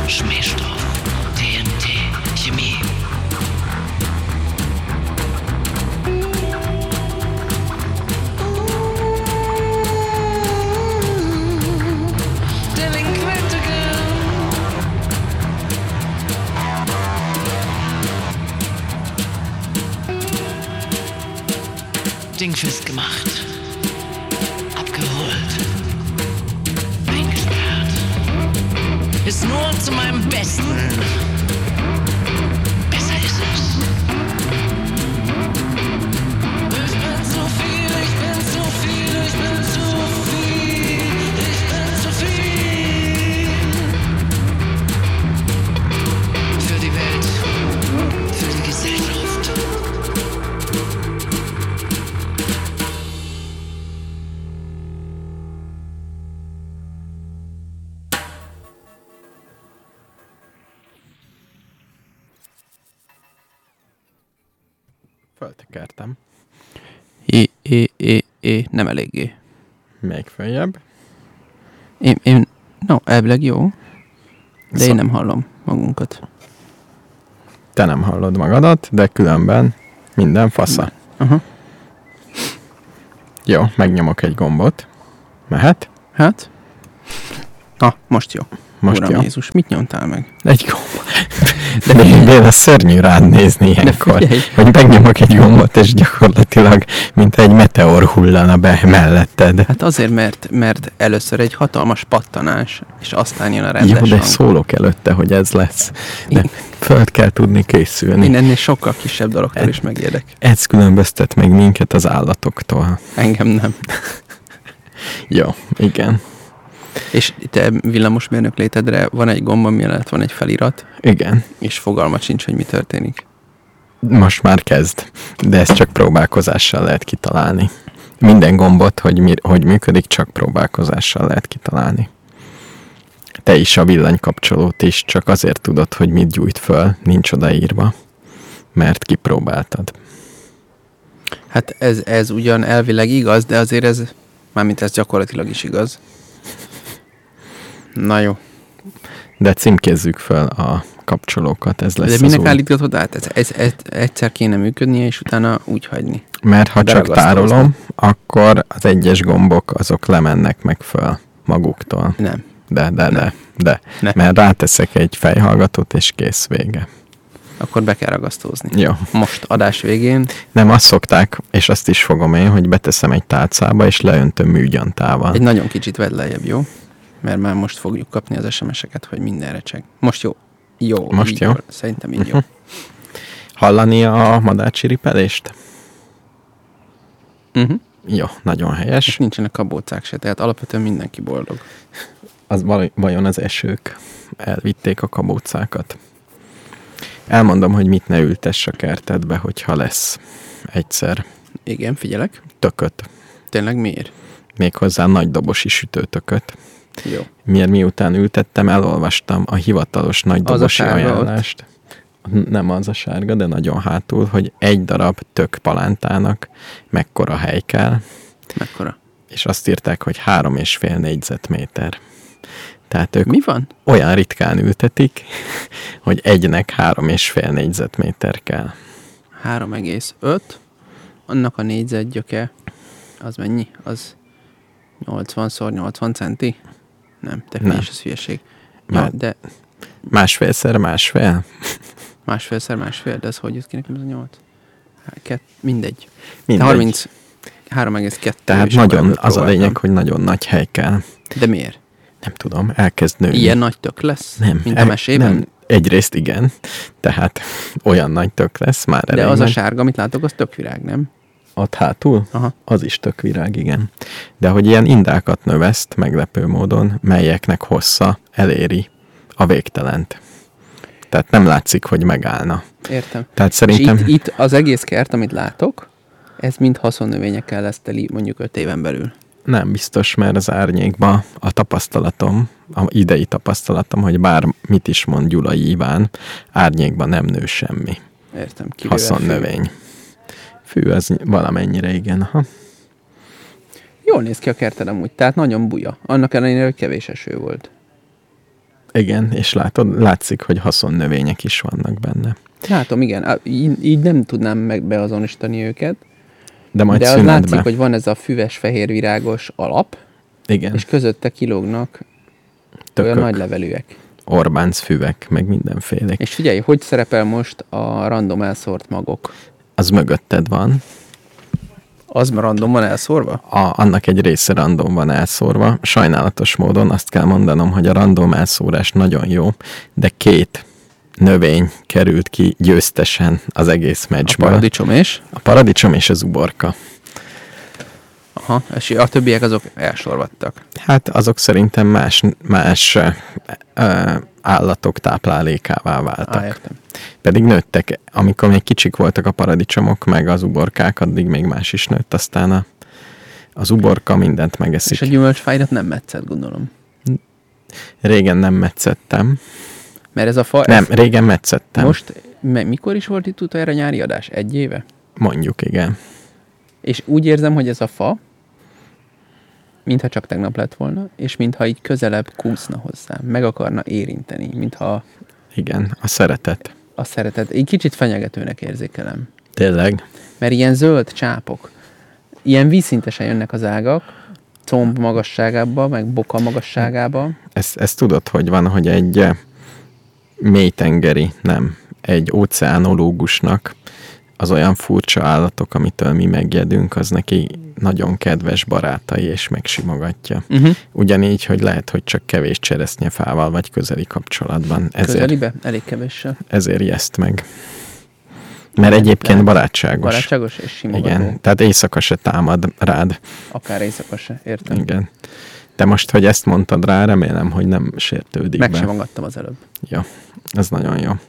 Schmähstoff, TNT, Chemie. Dingfest gemacht, abgeholt, eingesperrt. Ist nur zu meinem Besten. Besser ist es. Ich bin zu viel, ich bin zu viel, ich bin zu viel, ich bin zu viel. Für die Welt, für die Gesellschaft. Föltekertem. Nem eléggé. Még följebb. Elvileg jó. De én nem hallom magunkat. Te nem hallod magadat, de különben minden fasza. Aha. Jó, megnyomok egy gombot. Mehet? Hát? Most jó. Most Uram jó. Jézus, mit nyomtál meg? Egy gomb. De Béla szörnyű rád nézni ilyenkor, figyelj. hogy megnyomok egy gombot, és gyakorlatilag, mint egy meteor hullana be melletted. Hát azért, mert először egy hatalmas pattanás, és aztán jön a rendes Jó, de hang. szólok előtte, hogy ez lesz. De föld kell tudni készülni. Én ennél sokkal kisebb dologtól is megijedek. Ez különböztet meg minket az állatoktól. Engem nem. Jó, igen. És te villamosmérnök létedre van egy gomb, ami mellett van egy felirat, Igen. és fogalmat sincs, hogy mi történik. Most már kezd, de ezt csak próbálkozással lehet kitalálni. Minden gombot, hogy működik, csak próbálkozással lehet kitalálni. Te is a villanykapcsolót is csak azért tudod, hogy mit gyújt föl, nincs odaírva, mert kipróbáltad. Hát ez ugyan elvileg igaz, de azért ez gyakorlatilag is igaz. Na jó. De címkézzük fel a kapcsolókat, ez lesz De az minek új. állítgatod át? Ez egyszer kéne működnie, és utána úgy hagyni. Mert ha csak Beragasztózni. tárolom, akkor az egyes gombok azok lemennek meg föl maguktól. Nem. De. Ne. Mert ráteszek egy fejhallgatót, és kész, vége. Akkor be kell ragasztózni. Jó. Most adás végén. Nem, azt szokták, és azt is fogom én, hogy beteszem egy tálcába, és leöntöm műgyantával. Egy nagyon kicsit vedd lejjebb, jó? Mert már most fogjuk kapni az SMS-eket, hogy minden recseg. Most jó. Jó. Most így jó? Szerintem így jó. Hallani a madárcsiripelést? Uh-huh. Jó, nagyon helyes. És nincsenek kabócák se, tehát alapvetően mindenki boldog. Az vajon az esők elvitték a kabócákat? Elmondom, hogy mit ne ültess a kertedbe, hogyha lesz egyszer Igen, figyelek. tököt. Tényleg miért? Méghozzá nagy dobosi sütőtököt. Jó. Miután ültettem, elolvastam a hivatalos nagy dobosi sárga ajánlást. Nem az a sárga, de nagyon hátul, hogy egy darab tök palántának mekkora hely kell, Mekkora? és azt írták, hogy 3,5 négyzetméter. Tehát ők Mi van? olyan ritkán ültetik, hogy egynek 3,5 négyzetméter kell. 3,5. Annak a négyzetgyöke, az mennyi? Az 80x80 centi? Nem, te Nem. figyelj, ez hülyeség. Ja, de Másfélszer másfél? másfélszer másfél, de ez hogy jött ki nekem ez a 8? Mindegy. Mindegy. 3,2. Tehát nagyon, az a lényeg, hogy nagyon nagy hely kell. De miért? Nem tudom, elkezd nőni. Ilyen nagy tök lesz? Nem, Mint a mesében? Nem, egyrészt igen, tehát olyan nagy tök lesz már De elég az a nagy. sárga, amit látok, az tökvirág, nem? Ott hátul? Aha. Az is tökvirág, igen. De hogy ilyen indákat növeszt meglepő módon, melyeknek hossza eléri a végtelent. Tehát nem látszik, hogy megállna. Értem. Tehát szerintem... És itt az egész kert, amit látok, ez mind haszonnövényekkel lesz teli mondjuk 5 éven belül. Nem biztos, mert az árnyékban a tapasztalatom, a idei tapasztalatom, hogy bár mit is mond Gyulai Iván, árnyékban nem nő semmi. Értem. Kivéve Haszonnövény. Fű, az valamennyire igen. Ha. Jól néz ki a kerted amúgy, tehát nagyon buja. Annak ellenére, hogy kevés eső volt. Igen, és látszik, hogy haszonnövények is vannak benne. Látom, igen. Így nem tudnám beazonosítani őket. De majd De az szünetbe. látszik, hogy van ez a füves, fehérvirágos alap, Igen, és közötte kilógnak olyan tökök, nagy levelűek. Orbánc füvek, meg mindenfélék. És figyelj, hogy szerepel most a random elszórt magok? Az mögötted van. Az random van elszórva? Annak egy része random van elszórva. Sajnálatos módon azt kell mondanom, hogy a random elszórás nagyon jó, de 2 növény került ki győztesen az egész A meccsből. paradicsom és? A paradicsom és az uborka. Aha, és a többiek azok elsorvadtak. Hát azok szerintem más állatok táplálékává váltak. Értem. Pedig nőttek, amikor még kicsik voltak a paradicsomok, meg az uborkák, addig még más is nőtt, aztán az uborka mindent megeszik. És a gyümölcsfájrat nem metszett, gondolom. Régen nem metszettem. Mert ez a fa... Nem, régen metszettem. Most, mikor is volt itt utoljára nyári adás? 1 éve? Mondjuk, igen. És úgy érzem, hogy ez a fa, mintha csak tegnap lett volna, és mintha így közelebb kúszna hozzám, meg akarna érinteni, mintha Igen, a szeretet. a szeretet. Így kicsit fenyegetőnek érzékelem. Tényleg? Mert ilyen zöld csápok, ilyen vízszintesen jönnek az ágak, comb magasságába, meg boka magasságába. Ezt tudod, hogy van, hogy egy mélytengeri, egy óceánológusnak az olyan furcsa állatok, amitől mi megjedünk, az neki nagyon kedves barátai, és megsimogatja. Ugyanígy, hogy lehet, hogy csak kevés cseresznyefával vagy közeli kapcsolatban. Közelibe? Elég kevéssel. Ezért ijeszt meg. Mert egyébként barátságos. Barátságos és simogató. Igen, tehát éjszaka se támad rád. Akár éjszaka se, értem. Igen. De most, hogy ezt mondtad rá, remélem, hogy nem sértődik be. Megsimogattam az előbb. Jó, ez nagyon jó.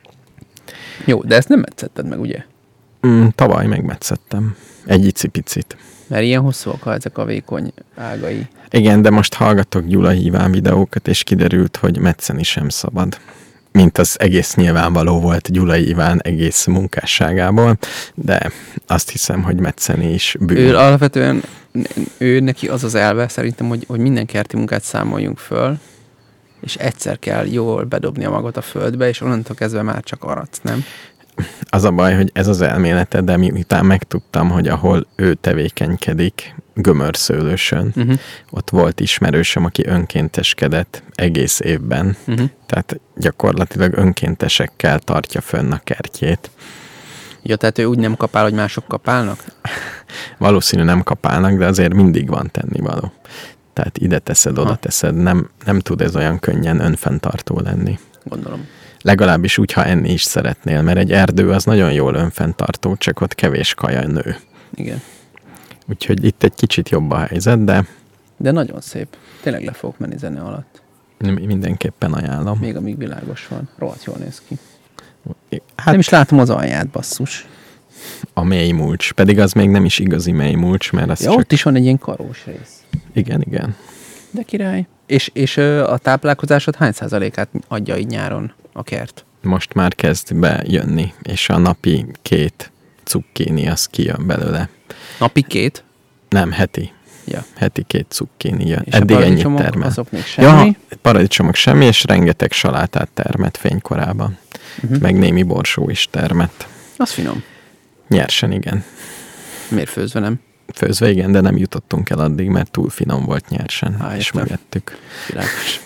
Jó, de ezt nem metszetted meg, ugye? Tavaly megmetszettem. Egy icipicit. Mert ilyen hosszúak ezek a vékony ágai. Igen, de most hallgatok Gyula Híván videókat, és kiderült, hogy metszeni sem szabad. Mint az egész nyilvánvaló volt Gyula Híván egész munkásságából, de azt hiszem, hogy metszeni is bűn. Ő alapvetően, neki az az elve szerintem, hogy minden kerti munkát számoljunk föl, és egyszer kell jól bedobni a magot a földbe, és onnantól kezdve már csak aratsz, nem? Az a baj, hogy ez az elmélete, de miután megtudtam, hogy ahol ő tevékenykedik, Gömörszőlősön, ott volt ismerősöm, aki önkénteskedett egész évben. Tehát gyakorlatilag önkéntesekkel tartja fönn a kertjét. Ja, tehát ő úgy nem kapál, hogy mások kapálnak? Valószínű nem kapálnak, de azért mindig van tennivaló. Tehát ide teszed, oda teszed, nem tud ez olyan könnyen önfenntartó lenni. Gondolom. Legalábbis úgy, ha enni is szeretnél, mert egy erdő az nagyon jól önfenntartó, csak ott kevés kaja nő. Igen. Úgyhogy itt egy kicsit jobb a helyzet, de... De nagyon szép. Tényleg le fogok menni zene alatt. Mindenképpen ajánlom. Még amíg világos van. Rohadt jól néz ki. Hát Nem is látom az alját, basszus. a mély mulcs, pedig az még nem is igazi mély mulcs, mert az Ja, csak... ott is van egy ilyen karós rész. Igen. De király. És a táplálkozásod hány százalékát adja így nyáron a kert? Most már kezd bejönni, és a napi 2 cukkini az kijön belőle. Napi 2? Nem, heti. Ja. Heti 2 cukkini jön. És eddig a ennyit paradicsomok termel. azok még semmi? Ja, paradicsomok semmi, és rengeteg salátát termett fénykorában. Meg némi borsó is termett. Az finom. Nyersen, igen. Miért főzve nem? Főzve igen, de nem jutottunk el addig, mert túl finom volt nyersen, és értem. megettük. Világos.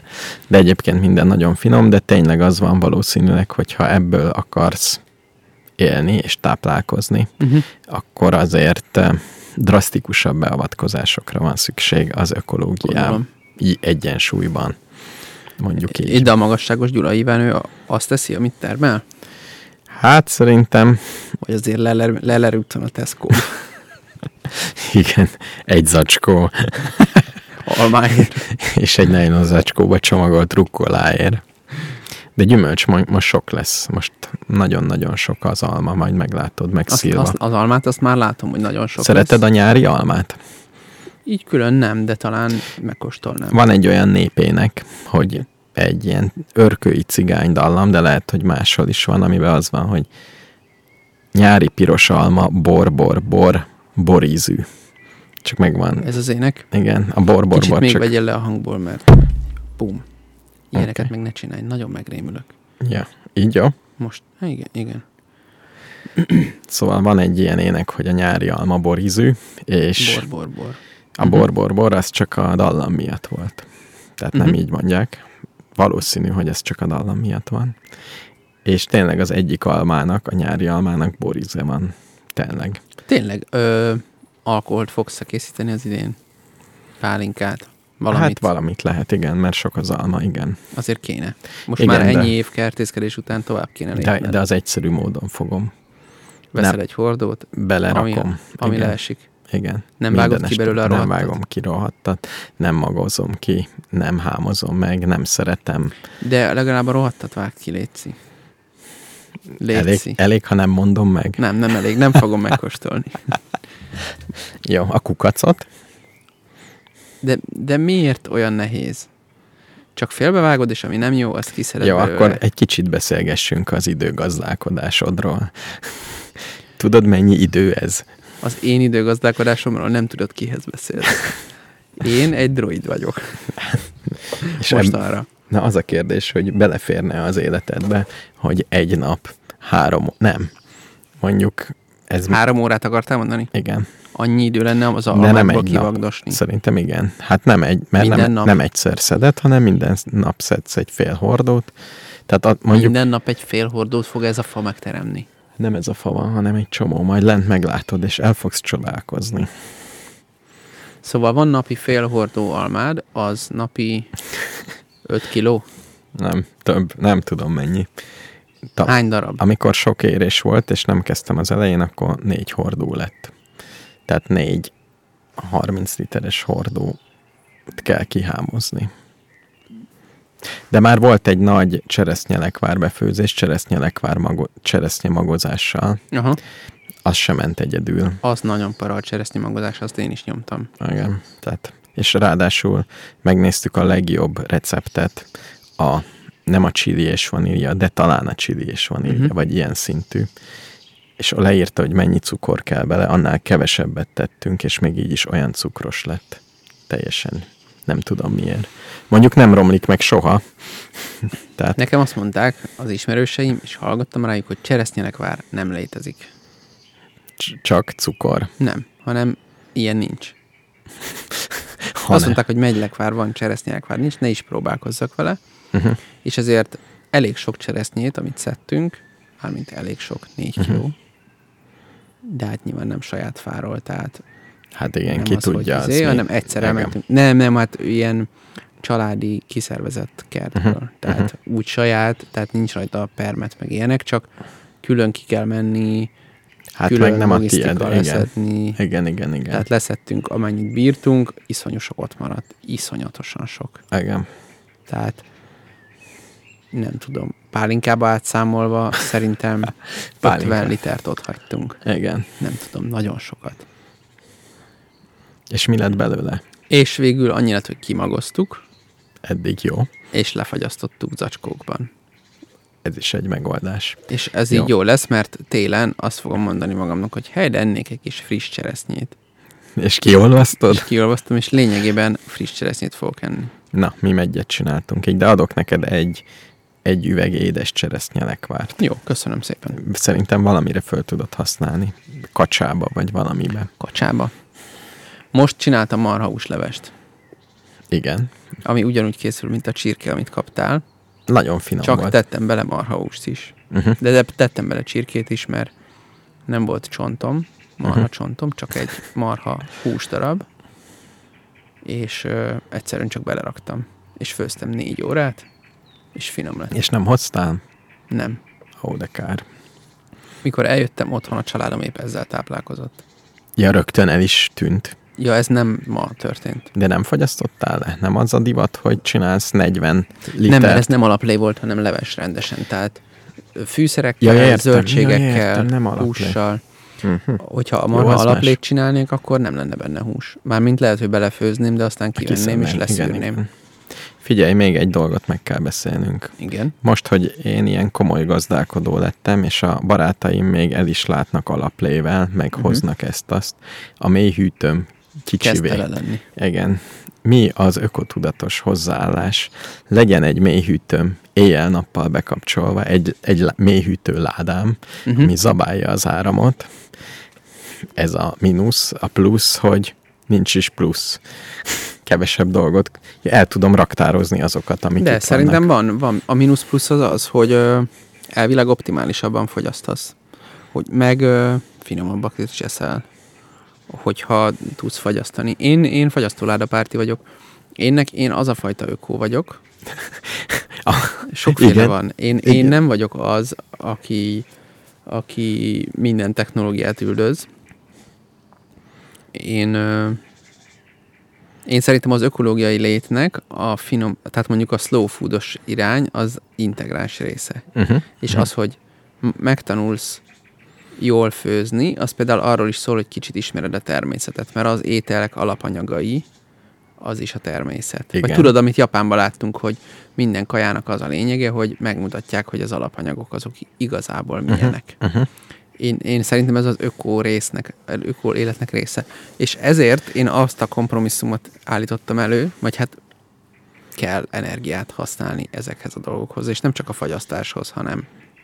De egyébként minden nagyon finom, de tényleg az van valószínűleg, hogyha ebből akarsz élni és táplálkozni, akkor azért drasztikusabb beavatkozásokra van szükség az ökológiában, egyensúlyban, mondjuk így. Ide a magasságos Gyula Iván, ő azt teszi, amit termel? Hát szerintem... Vagy azért lelerülten a Tesco Igen, egy zacskó. almáért. És egy nylon zacskóba csomagolt rukkoláért. De gyümölcs most sok lesz. Most nagyon-nagyon sok az alma, majd meglátod, meg szilva. Az almát azt már látom, hogy nagyon sok Szereted lesz. a nyári almát? Így külön nem, de talán megkóstolnám. Van egy olyan népének, hogy egy ilyen örkői cigány dallam, de lehet, hogy máshol is van, amiben az van, hogy nyári piros alma, bor, borízű. Csak megvan. Ez az ének? Igen, a bor. Kicsit még csak... vegyél le a hangból, mert bum. Ilyeneket Oké. meg ne csinálj, nagyon megrémülök. Ja, így jó. Most, igen. Szóval van egy ilyen ének, hogy a nyári alma borízű, és Bor. a bor, az csak a dallam miatt volt. Tehát nem így mondják. Valószínű, hogy ez csak a dallam miatt van. És tényleg az egyik almának, a nyári almának boríze van. Tényleg. Tényleg, alkoholt fogsz készíteni az idén? Pálinkát? Valamit? Hát valamit lehet, igen, mert sok az alma, igen. Azért kéne. Most Igen, már de- ennyi év kertészkedés után tovább kéne lépned. De az egyszerű módon fogom. Veszel nem. egy hordót, Belerakom. ami igen. leesik. Igen. Nem vágod Minden ki este belőle a Nem rohadtat? vágom ki rohadtat, nem magozom ki, nem hámozom meg, nem szeretem. De legalább a rohadtat vágd ki, létszi. Elég, ha nem mondom meg. Nem elég, nem fogom megkóstolni. Jó, a kukacot. De miért olyan nehéz? Csak félbevágod, és ami nem jó, azt kiszeded Jó, belőle. akkor egy kicsit beszélgessünk az időgazdálkodásodról. Tudod, mennyi idő ez? Az én időgazdálkodásomról nem tudod, kihez beszélsz. Én egy droid vagyok. És Mostanra. Na az a kérdés, hogy beleférne az életedbe, hogy egy nap mondjuk ez... 3 órát akartál mondani? Igen. Annyi idő lenne az De nem almákból egy nap. kivagdosni. Szerintem igen. Hát nem mert Minden nap? nem egyszer szedett, hanem minden nap szedsz egy fél hordót. Tehát mondjuk Minden nap egy fél hordót fog ez a fa megteremni. nem ez a fa van, hanem egy csomó. Majd lent meglátod, és el fogsz csodálkozni. Szóval van napi fél hordó almád, az napi 5 kiló. Nem, több, nem tudom mennyi. Hány darab? Amikor sok érés volt, és nem kezdtem az elején, akkor 4 hordó lett. Tehát 4 30 literes hordót kell kihámozni. De már volt egy nagy cseresznyelekvár befőzés, cseresznye magozással. Aha. Az sem ment egyedül. Az nagyon para a cseresznyi magozás, azt én is nyomtam. Igen, tehát, és ráadásul megnéztük a legjobb receptet, nem a chili és vanília, de talán a chili és vanília, vagy ilyen szintű. És leírta, hogy mennyi cukor kell bele, annál kevesebbet tettünk, és még így is olyan cukros lett. Teljesen nem tudom miért. Mondjuk nem romlik meg soha. Tehát Nekem azt mondták az ismerőseim, és hallgattam rájuk, hogy cseresznyelekvár nem létezik. csak cukor. Nem, hanem ilyen nincs. Azt mondták, hogy megylekvár van, cseresznyelekvár nincs, ne is próbálkozzak vele. És ezért elég sok cseresznyét, amit szedtünk, mármint elég sok, 4 kiló, de hát nyilván nem saját fáról, tehát Hát igen, nem ki az, tudja. hogy az hanem még- egyszer igen. elmentünk. Nem, hát ilyen családi kiszervezett kertből. Tehát úgy saját, tehát nincs rajta permet meg ilyenek, csak külön ki kell menni, Hát külön meg nem a logisztika tiéd. Igen. leszedni. Igen. Tehát leszettünk, amennyit bírtunk, iszonyú sok ott maradt. Iszonyatosan sok. Igen. Tehát nem tudom, pálinkába átszámolva szerintem 50 litert ott hagytunk. Igen. Nem tudom, nagyon sokat. És mi lett belőle? És végül annyi lett, hogy kimagoztuk, Eddig jó. és lefagyasztottuk zacskókban. Ez is egy megoldás. És ez Jó. így jó lesz, mert télen azt fogom mondani magamnak, hogy helyre ennék egy kis friss cseresznyét. És kiolvasztod? És kiolvasztom, és lényegében friss cseresznyét fogok enni. Na, mi egyet csináltunk így, de adok neked egy üveg édes cseresznyelekvárt. Jó, köszönöm szépen. Szerintem valamire föl tudod használni. Kacsába, vagy valamibe. Kacsába. Most csináltam marhahúslevest, Igen. ami ugyanúgy készül, mint a csirke, amit kaptál, Nagyon finom csak volt. tettem bele marhahúst is. De tettem bele csirkét is, mert nem volt csontom, marha csontom, csak egy marha húsdarab, és egyszerűen csak beleraktam. És főztem 4 órát, és finom lett. És nem hoztál? Nem. Ó, de kár. Mikor eljöttem otthon, a családom épp ezzel táplálkozott. Ja, rögtön el is tűnt. Ja, ez nem ma történt. De nem fogyasztottál le? Nem az a divat, hogy csinálsz 40 litert? Nem, mert ez nem alaplé volt, hanem leves rendesen. Tehát fűszerekkel, Ja, értem. zöldségekkel, Ja, értem, nem alaplé. hússal. Hogyha a Jó, marha az alaplét más. csinálnék, akkor nem lenne benne hús. Mármint lehet, hogy belefőzném, de aztán kivenném és Kiszedném. leszűrném. Igen. Figyelj, még egy dolgot meg kell beszélnünk. Igen. Most, hogy én ilyen komoly gazdálkodó lettem, és a barátaim még el is látnak alaplével, meg hoznak ezt-azt, a mély hűtőm Kezd kicsivé. tele lenni. Igen. mi az ökotudatos hozzáállás? Legyen egy mélyhűtőm éjjel-nappal bekapcsolva, egy mélyhűtő ládám, ami zabálja az áramot. Ez a mínusz, a plusz, hogy nincs is plusz. Kevesebb dolgot. El tudom raktározni azokat, amik De itt szerintem vannak. van. A mínusz plusz az, hogy elvileg optimálisabban fogyasztasz. Hogy meg finomabbak is eszel, hogyha tudsz fagyasztani. Én fagyasztóládapárti vagyok. Én az a fajta ökó vagyok. Sokféle igen. van. Én Igen. nem vagyok az, aki minden technológiát üldöz. Én szerintem az ökológiai létnek a finom, tehát mondjuk a slow foodos irány az integráns része. És az, hogy megtanulsz jól főzni, az például arról is szól, hogy kicsit ismered a természetet, mert az ételek alapanyagai az is a természet. Igen. Vagy tudod, amit Japánban láttunk, hogy minden kajának az a lényege, hogy megmutatják, hogy az alapanyagok azok igazából milyenek. Én szerintem ez az öko életnek része. És ezért én azt a kompromisszumot állítottam elő, vagy hát kell energiát használni ezekhez a dolgokhoz, és nem csak a fagyasztáshoz, hanem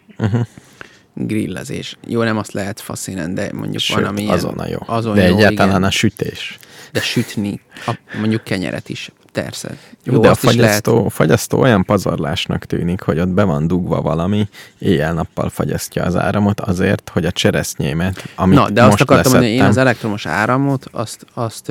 grillezés. Jó, nem azt lehet faszínen, de mondjuk Sőt, van, ami ilyen, azon a jó. azon De jó, egyáltalán igen. a sütés. De sütni, mondjuk kenyeret is, persze. Jó, de a azt is lehet. fagyasztó olyan pazarlásnak tűnik, hogy ott be van dugva valami, éjjel-nappal fagyasztja az áramot azért, hogy a cseresznyémet, amit Na, de most azt akartam mondani, hogy én leszettem, az elektromos áramot, azt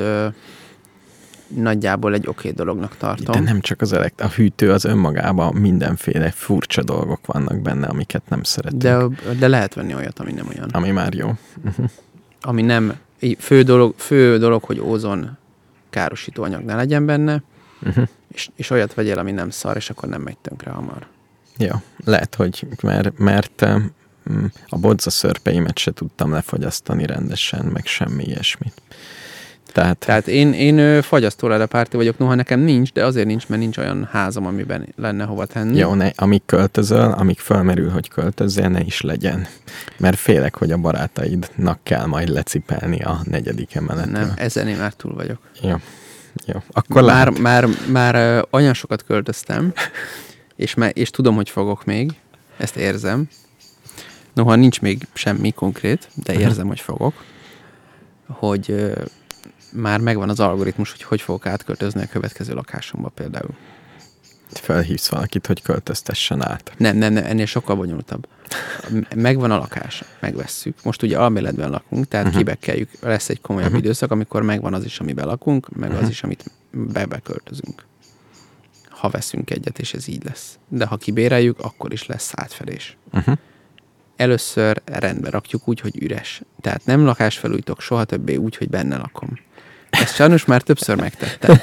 nagyjából egy oké dolognak tartom. de nem csak a hűtő az önmagában mindenféle furcsa dolgok vannak benne, amiket nem szeretünk. De lehet venni olyat, ami nem olyan. Ami már jó. Ami nem, fő dolog, hogy ózon károsító anyag ne legyen benne, és olyat vegyél, ami nem szar, és akkor nem megy tönkre hamar. Jó, lehet, hogy mert a bodzaszörpeimet se tudtam lefogyasztani rendesen, meg semmi ilyesmit. Tehát én fagyasztóládapárti vagyok, noha nekem nincs, de azért nincs, mert nincs olyan házam, amiben lenne hova tenni. jó, amíg költözöl, amíg felmerül, hogy költözzél, ne is legyen. Mert félek, hogy a barátaidnak kell majd lecipelni a 4. emeletről. Nem, ezen én már túl vagyok. Jó. Akkor Már olyan sokat költöztem, és tudom, hogy fogok még, ezt érzem. Noha nincs még semmi konkrét, de érzem, hogy fogok, hogy már megvan az algoritmus, hogy fogok átköltözni a következő lakásomba például. felhívsz valakit, hogy költöztessen át. Nem, ennél sokkal bonyolultabb. Megvan a lakás, megvesszük. Most ugye alméletben lakunk, tehát kibekkeljük. Lesz egy komolyabb időszak, amikor megvan az is, amiben lakunk, meg az is, amit beköltözünk. Ha veszünk egyet, és ez így lesz. De ha kibéreljük, akkor is lesz átfedés. Először rendbe rakjuk úgy, hogy üres. Tehát nem lakásfelújítok soha többé úgy, hogy benne lakom. Ezt sajnos már többször megtettem.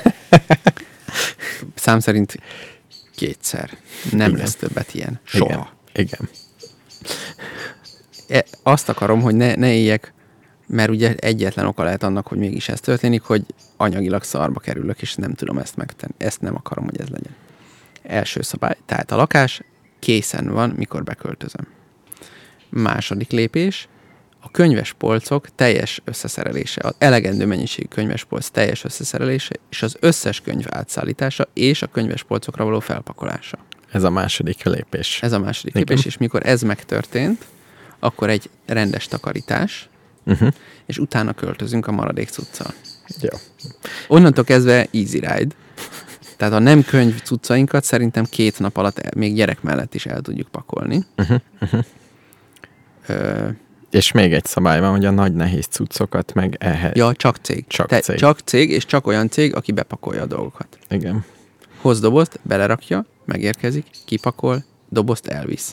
Szám szerint 2-szer. Nem lesz többet ilyen. Soha. Igen. Azt akarom, hogy ne éljek, mert ugye egyetlen oka lehet annak, hogy mégis ez történik, hogy anyagilag szarba kerülök, és nem tudom ezt megtenni. Ezt nem akarom, hogy ez legyen. Első szabály. Tehát a lakás készen van, mikor beköltözöm. Második lépés, a könyvespolcok teljes összeszerelése, az elegendő mennyiségű könyvespolc teljes összeszerelése, és az összes könyv átszállítása, és a könyvespolcokra való felpakolása. Ez a második lépés. Ez a második lépés, és mikor ez megtörtént, akkor egy rendes takarítás, és utána költözünk a maradék cuccal. Jó. Onnantól kezdve easy ride. Tehát a nem könyv cuccainkat szerintem 2 nap alatt még gyerek mellett is el tudjuk pakolni. És még egy szabály van, hogy a nagy nehéz cuccokat meg ehhez. Ja, csak cég. Cég. Csak cég, és csak olyan cég, aki bepakolja a dolgokat. Igen. Hoz dobozt, belerakja, megérkezik, kipakol, dobozt elvisz.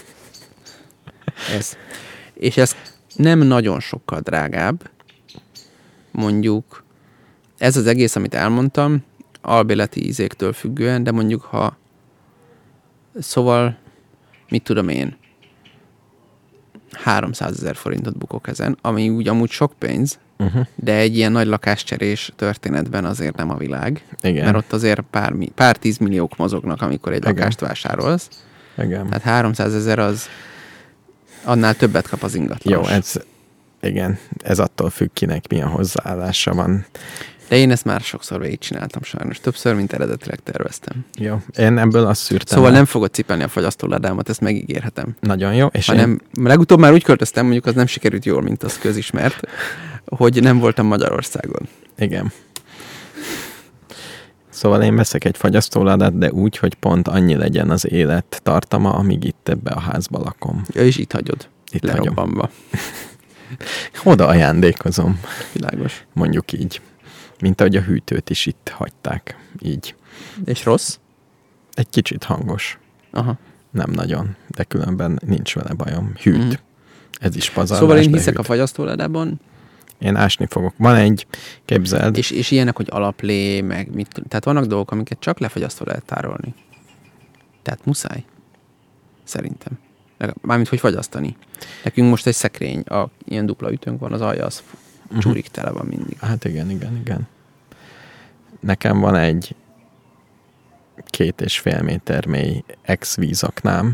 Ez. És ez nem nagyon sokkal drágább. Mondjuk ez az egész, amit elmondtam, albéleti ízéktől függően, de mondjuk ha szóval, mit tudom én, 300 000 forintot bukok ezen, ami úgy amúgy sok pénz, de egy ilyen nagy lakáscserés történetben azért nem a világ. Igen. Mert ott azért pár 10 milliók mozognak, amikor egy lakást vásárolsz. Igen. Tehát 300 000 az annál többet kap az ingatlan. Jó, ez attól függ, kinek milyen hozzáállása van. De én ezt már sokszor végigcsináltam sajnos. Többször, mint eredetileg terveztem. Jó, én ebből azt szűrtem. Szóval nem fogod cipelni a fagyasztóládámat, ezt megígérhetem. Nagyon jó. És Hanem legutóbb már úgy költöztem, mondjuk az nem sikerült jól, mint az közismert, hogy nem voltam Magyarországon. Igen. Szóval én veszek egy fagyasztóládát, de úgy, hogy pont annyi legyen az élettartama, amíg itt ebbe a házba lakom. Ja, és itt hagyod. Itt lerobbanva. Oda ajándékozom. Világos. Mondjuk így. Mint ahogy a hűtőt is itt hagyták. Így. És rossz? Egy kicsit hangos. Aha. Nem nagyon, de különben nincs vele bajom. Hűt. Mhm. Ez is pazarlás. Szóval én hiszek hűt. a fagyasztóládában. Én ásni fogok. Van egy, képzeld. És ilyenek, hogy alaplé, meg mit. Tehát vannak dolgok, amiket csak lefagyasztó lehet tárolni. Tehát muszáj. Szerintem. Mármint, hogy fagyasztani. Nekünk most egy szekrény, ilyen dupla ütőnk van, az alja, az csúrik tele van mindig. Hát igen. Nekem van egy 2,5 méter mély ex-vízaknám,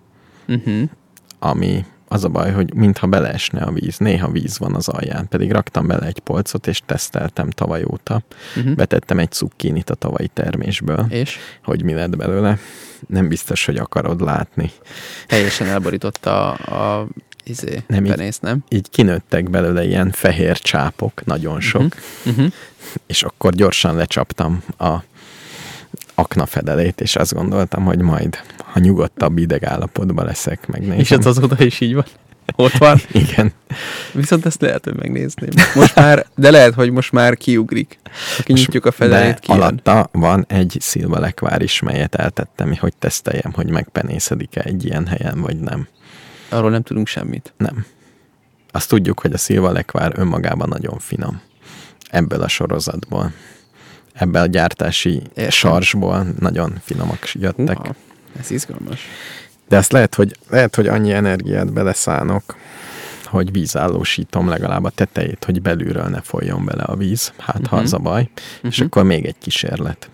ami az a baj, hogy mintha beleesne a víz. Néha víz van az alján, pedig raktam bele egy polcot, és teszteltem tavaly óta. Betettem egy cukkinit a tavalyi termésből. És? Hogy mi lett belőle. Nem biztos, hogy akarod látni. Teljesen elborította a penész, nem? Így kinőttek belőle ilyen fehér csápok, nagyon sok. És akkor gyorsan lecsaptam a aknafedelét, és azt gondoltam, hogy majd, ha nyugodtabb idegállapotban leszek, megnézem. És ez azóta is így van? Ott van? Igen. Viszont ezt lehet, hogy megnézném. Most már, de lehet, hogy most már kiugrik. Ha kinyitjuk a fedelét, kijön. Alatta van egy szilvalekvár is, melyet eltettem, hogy teszteljem, hogy megpenészedik-e egy ilyen helyen, vagy nem. Arról nem tudunk semmit. Nem. Azt tudjuk, hogy a szilvalekvár önmagában nagyon finom. Ebből a sorozatból. Ebből a gyártási sarsból nagyon finomak jöttek. Ez izgalmas. De azt lehet, hogy annyi energiát beleszánok, hogy vízállósítom legalább a tetejét, hogy belülről ne folyjon bele a víz. Hát, ha az a baj. És akkor még egy kísérlet.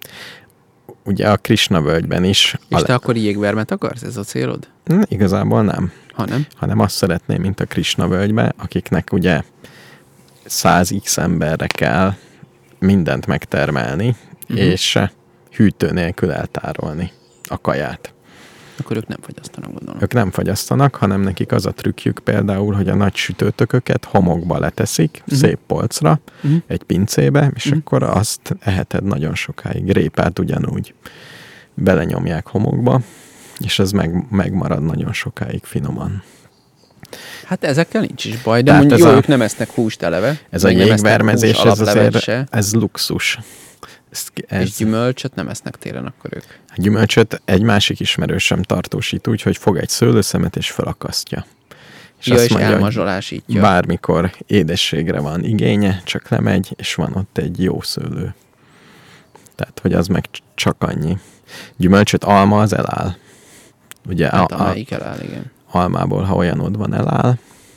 Ugye a Krishna völgyben is... És te akkor jégvermet akarsz? Ez a célod? Igazából nem. Hanem azt szeretném, mint a Krishna völgyben, akiknek ugye 100x emberre kell mindent megtermelni, és hűtő nélkül eltárolni a kaját. Akkor ők nem fagyasztanak, gondolom. Ők nem fagyasztanak, hanem nekik az a trükkjük például, hogy a nagy sütőtököket homokba leteszik, szép polcra, egy pincébe, és akkor azt eheted nagyon sokáig. Répát ugyanúgy belenyomják homokba, és ez megmarad nagyon sokáig finoman. Hát ezekkel nincs is baj, de mondjuk jó, ők nem esznek húst eleve. Ez a jégvermezés, ez luxus. És gyümölcsöt nem esznek télen akkor ők. A gyümölcsöt egy másik ismerősöm tartósít úgy, hogy fog egy szőlőszemet és felakasztja. És azt mondja, elmazsolásítja. Bármikor édességre van igénye, csak lemegy, és van ott egy jó szőlő. Tehát, hogy az meg csak annyi. Gyümölcsöt alma az eláll. Ugye hát amelyik eláll, igen. Almából, ha olyanod van, eláll.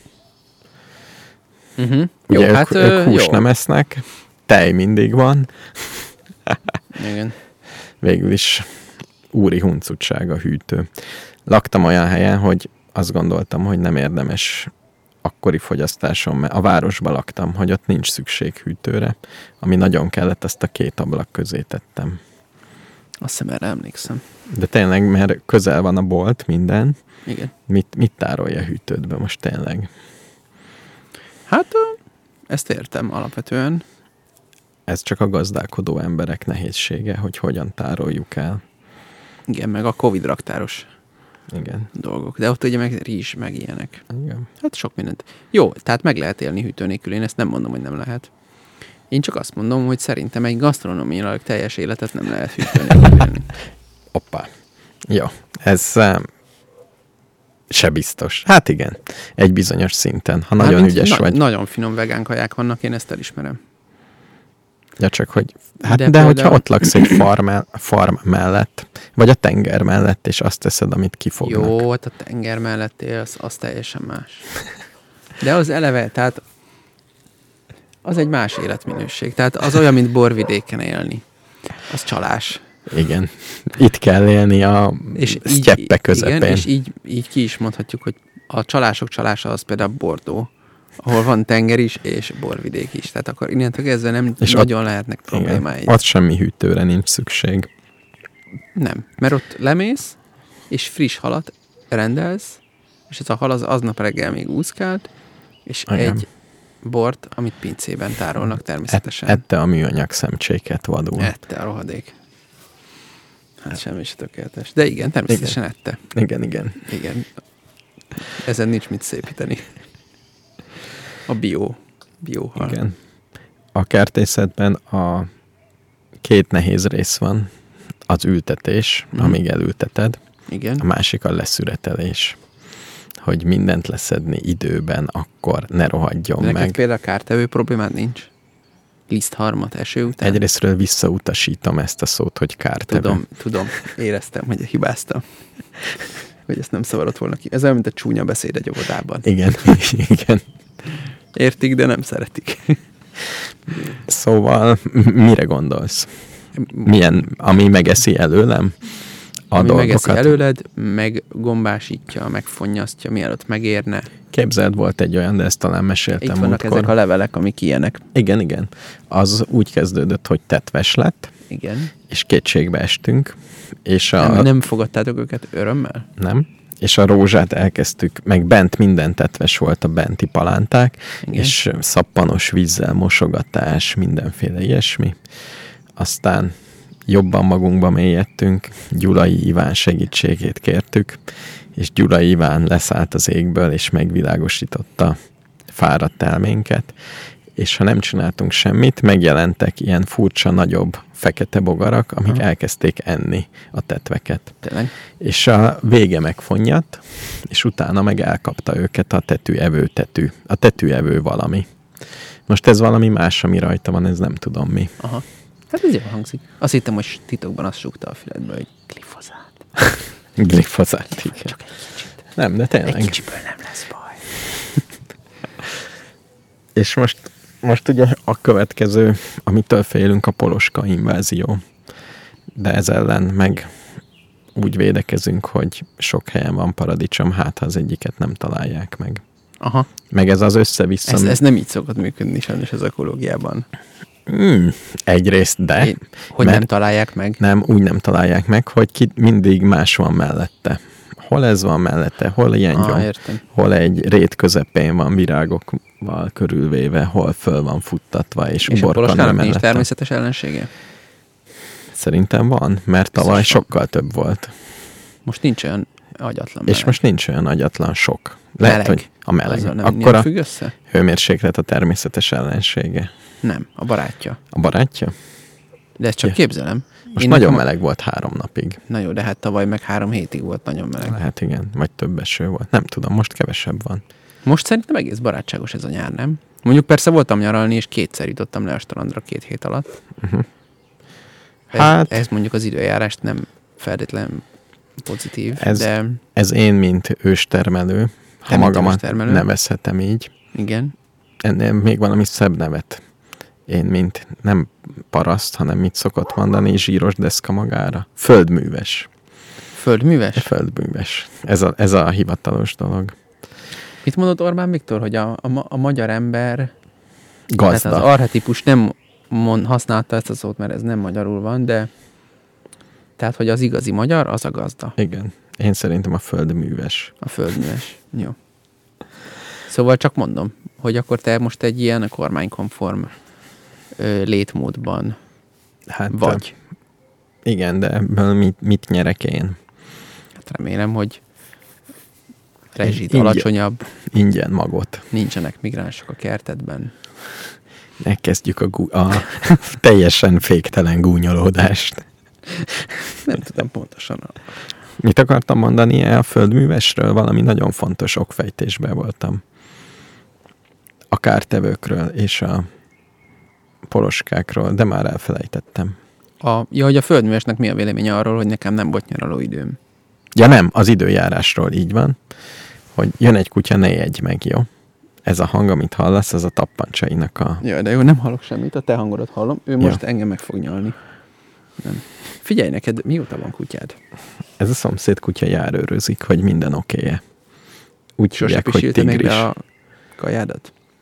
Ugye jó, ők húst nem esznek, tej mindig van. Igen. Végül is úri huncutság a hűtő. Laktam olyan helyen, hogy azt gondoltam, hogy nem érdemes akkori fogyasztásom, mert a városban laktam, hogy ott nincs szükség hűtőre, ami nagyon kellett, azt a 2 ablak közé tettem. Azt hiszem, erre emlékszem. De tényleg, mert közel van a bolt, minden. Igen. Mit tárolja a hűtődbe most tényleg? Hát, ezt értem alapvetően. Ez csak a gazdálkodó emberek nehézsége, hogy hogyan tároljuk el. Igen, meg a Covid raktáros dolgok. De ott ugye meg rizs, meg ilyenek. Igen. Hát sok mindent. Jó, tehát meg lehet élni hűtő nélkül. Én ezt nem mondom, hogy nem lehet. Én csak azt mondom, hogy szerintem egy gasztronómiailag teljes életet nem lehet hűtő nélkül élni. Hoppá. Jó, ez se biztos. Hát igen, egy bizonyos szinten. Ha nagyon ügyes vagy. Nagyon finom vegán kaják vannak, én ezt elismerem. Ja, csak hogy... Hát de hogyha ott laksz egy farm mellett, vagy a tenger mellett, és azt teszed, amit kifognak. Jó, hát a tenger mellett élsz, az teljesen más. De az eleve, tehát az egy más életminőség. Tehát az olyan, mint borvidéken élni. Az csalás. Igen. Itt kell élni a sztyeppe közepén. Igen, és így ki is mondhatjuk, hogy a csalások csalása az például Bordeaux, ahol van tenger is, és borvidék is. Tehát akkor innentől kezdve nem és nagyon lehetnek problémáid. Ott semmi hűtőre nincs szükség. Nem, mert ott lemész, és friss halat rendelsz, és ez a hal az aznap reggel még úszkált, és igen. egy bort, amit pincében tárolnak természetesen. Ette a műanyag szemcséket vadul. Ette a rohadék. Hát semmi se tökéletes. De igen, természetesen ette. Igen. Ezen nincs mit szépíteni. A biohal. Igen. A kertészetben a 2 nehéz rész van. Az ültetés, amíg elülteted. Igen. A másik a leszüretelés. Hogy mindent leszedni időben, akkor ne rohadjon neked meg. Például kártevő problémád nincs? Lisztharmat eső után? Egyrésztről visszautasítom ezt a szót, hogy kártevő. Tudom. Éreztem, hogy hibáztam. Hogy ezt nem szabadott volna ki. Ez olyan, mint a csúnya beszéd egy óvodában. Igen. Értik, de nem szeretik. Szóval mire gondolsz? Milyen, ami megeszi előlem? Ami megeszi előled, meggombásítja, megfonnyasztja, mielőtt megérne. Képzeld, volt egy olyan, de ezt talán meséltem múltkor. Itt vannak ezek a levelek, amik ilyenek. Igen. Az úgy kezdődött, hogy tetves lett. Igen. És kétségbe estünk. És nem fogadtátok őket örömmel? Nem. És a rózsát elkezdtük, meg bent minden tetves volt, a benti palánták, igen. És szappanos vízzel mosogatás, mindenféle ilyesmi. Aztán jobban magunkba mélyedtünk, Gyulai Iván segítségét kértük, és Gyulai Iván leszállt az égből, és megvilágosította fáradt elménket, és ha nem csináltunk semmit, megjelentek ilyen furcsa, nagyobb fekete bogarak, amik elkezdték enni a tetveket. Tényleg? És a vége megfonnyadt, és utána meg elkapta őket a tetűevő. A tetűevő valami. Most ez valami más, ami rajta van, ez nem tudom mi. Aha. Hát ez jól hangzik. Azt hittem, hogy titokban azt súgta a füledbe, hogy glifozát. Glifozát, igen. Csak egy kicsit. Nem, de tényleg. Egy kicsiből nem lesz baj. És most ugye a következő, amitől félünk, a poloska invázió. De ez ellen meg úgy védekezünk, hogy sok helyen van paradicsom, hát ha az egyiket nem találják meg. Aha. Meg ez az össze-vissza. Ez nem így szokott működni sajnos az ökológiában. Egyrészt, de. Hogy nem találják meg? Nem, úgy nem találják meg, hogy mindig más van mellette. Hol ez van mellette, hol ilyen gyom, hol egy rét közepén van virágokkal körülvéve, hol föl van futtatva, és uborka nem mellette. És a poloskának nincs természetes ellensége? Szerintem van, mert tavaly sokkal több volt. Most nincs olyan agyatlan meleg. És most nincs olyan agyatlan sok. Lehet, meleg. Hogy a meleg. Akkor a hőmérséklet a természetes ellensége. Nem, a barátja. A barátja? De ezt csak képzelem. Most nagyon meleg volt 3 napig. Na jó, de hát tavaly meg 3 hétig volt nagyon meleg. Hát igen, vagy több eső volt. Nem tudom, most kevesebb van. Most szerintem egész barátságos ez a nyár, nem? Mondjuk persze voltam nyaralni, és 2-szer jutottam le a strandra 2 hét alatt. Ez mondjuk az időjárást nem feltétlenül pozitív, de... Ez én, mint őstermelő, ha magamat nevezhetem így. Igen. Ennél még valami szebb nevet. Én, mint nem paraszt, hanem mit szokott mondani, zsíros deszka magára. Földműves. Földműves? Földműves. Ez a hivatalos dolog. Mit mondott Orbán Viktor, hogy a magyar ember... Gazda. Tehát az archetipus nem használta ezt a szót, mert ez nem magyarul van, de tehát, hogy az igazi magyar, az a gazda. Igen. Én szerintem a földműves. A földműves. Jó. Szóval csak mondom, hogy akkor te most egy ilyen kormánykonform létmódban vagy. Igen, de ebből mit nyerek én? Hát remélem, hogy rezsit alacsonyabb. Ingyen magot. Nincsenek migránsok a kertedben. Megkezdjük a teljesen féktelen gúnyolódást. Nem tudom pontosan. Mit akartam mondani a földművesről? Valami nagyon fontos okfejtésben voltam. A kártevőkről és a poloskákról, de már elfelejtettem. Hogy a földművesnek mi a véleménye arról, hogy nekem nem volt nyaraló időm? Ja nem, az időjárásról így van, hogy jön egy kutya, ne jegy meg, jó? Ez a hang, amit hallasz, az a tappancsainak a... Jaj, de jó, nem hallok semmit, a te hangodat hallom. Ő most engem meg fog nyalni. Nem. Figyelj, neked mióta van kutyád? Ez a szomszéd kutya járőrözik, hogy minden oké-e. Úgy hívják, hogy tigris. Még be a kajádat?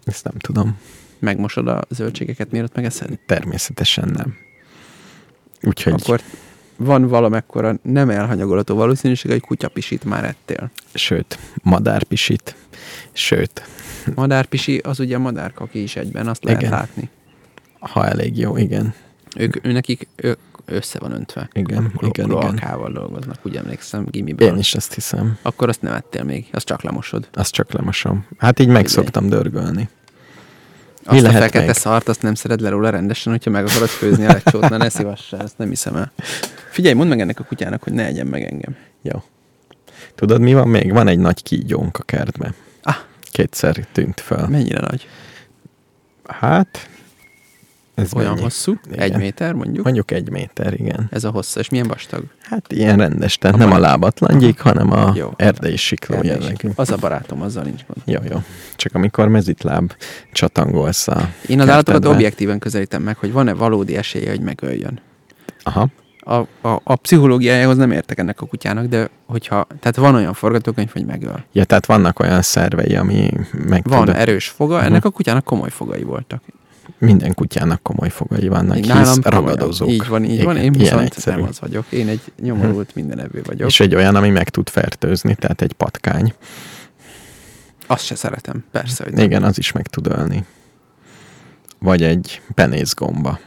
Ezt nem tudom. Megmosod a zöldségeket, mielőtt megeszed? Természetesen nem. Úgyhogy Akkor van valamekkora nem elhanyagolható valószínűség, hogy kutyapisit már ettél. sőt, madárpisit, sőt, Madárpisi, az ugye madárkaki is egyben, azt lehet Igen. látni. ha elég jó, igen. Nekik össze van öntve. Igen. Kloakával dolgoznak, úgy emlékszem, gimiből. Én is azt hiszem. Akkor azt nem ettél még, azt csak lemosod. Azt csak lemosom. Hát így meg szoktam dörgölni. Azt a lehet fekete még? szart, azt nem szeded le róla rendesen, hogyha meg akarod főzni a lecsót, na ne szívassál, ezt nem hiszem el. Figyelj, mondd meg ennek a kutyának, hogy ne egyen meg engem. Jó. Tudod, mi van még? Van egy nagy kígyónk a kertben. Ah. Kétszer tűnt fel. Mennyire nagy? Hát, ez Olyan mennyi? hosszú? Igen. 1 méter mondjuk? Mondjuk 1 méter, igen. Ez a hossza, és milyen vastag? Hát ilyen rendes, tehát nem a lábatlangyik, hanem a Jó. erdei sikló Erdei jellegű. sikló. Az a barátom, azzal nincs gond. Jó. Csak amikor mezitláb csatangolsz a Én az állatokat kertedbe. objektíven közelítem meg, hogy van-e valódi esélye, hogy megöljön. Aha. A pszichológiájához nem értek ennek a kutyának, de tehát van olyan forgatókönyv, hogy megöl. Ja, tehát vannak olyan szervei, ami meg Van tud- erős foga, ennek a kutyának komoly fogai voltak. Minden kutyának komoly fogai vannak, Nálam hisz komolyan. ragadozók. Így van. Igen, Én ilyen viszont egyszerű. nem az vagyok. Én egy nyomorult mindenevő vagyok. És egy olyan, ami meg tud fertőzni, tehát egy patkány. Azt se szeretem, persze, hogy nem. Igen, az is meg tud ölni. Vagy egy penészgomba.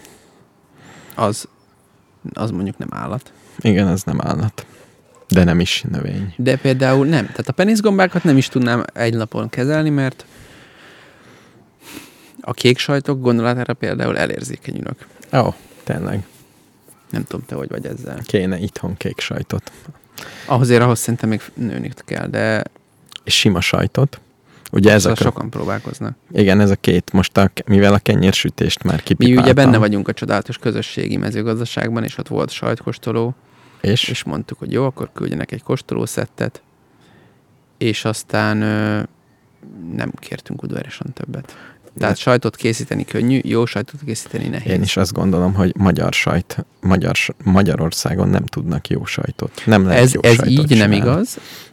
Az mondjuk nem állat. Igen, az nem állat. De nem is növény. De például nem. Tehát a penészgombákat nem is tudnám egy napon kezelni, mert a kék sajtok gondolatára például elérzékenyülök. Ó, tényleg. Nem tudom, te hogy vagy ezzel. Kéne itthon kék sajtot. Ahhoz szerintem még nőni kell, de És sima sajtot. Ugye ez ezzel a... sokan próbálkoznak. Igen, ez a két. Most mivel a kenyérsütést már Mi kipipáltam. ugye benne vagyunk a csodálatos közösségi mezőgazdaságban, és ott volt sajtkóstoló, és mondtuk, hogy jó, akkor küldjenek egy kóstolószettet, és aztán nem kértünk udvariasan többet. Tehát sajtot készíteni könnyű, jó sajtot készíteni nehéz. Én is azt gondolom, hogy Magyarországon nem tudnak jó sajtot. Nem lehet jó Ez sajtot így nem csinálni. igaz,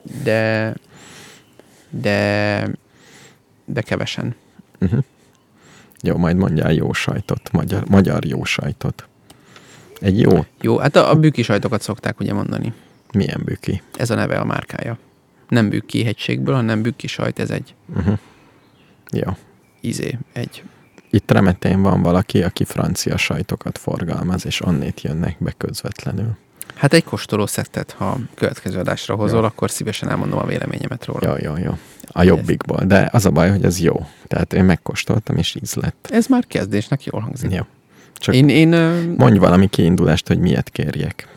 de kevesen. Uh-huh. Jó, majd mondjál jó sajtot. Magyar jó sajtot. Egy jó, Jó, hát a bükki sajtokat szokták ugye mondani. milyen büki. Ez a neve, a márkája. Nem bükki hegységből, hanem bükki sajt, ez egy Uh-huh. Jó. egy Itt remetén van valaki, aki francia sajtokat forgalmaz, és onnét jönnek be közvetlenül. Hát egy kóstolószettet, ha következő adásra hozol, akkor szívesen elmondom a véleményemet róla. Jó. A jobbikból. De az a baj, hogy ez jó. Tehát én megkóstoltam, és íz lett. Ez már kezdésnek jól hangzik. Jó. Csak Én mondj valami kiindulást, hogy miért kérjek.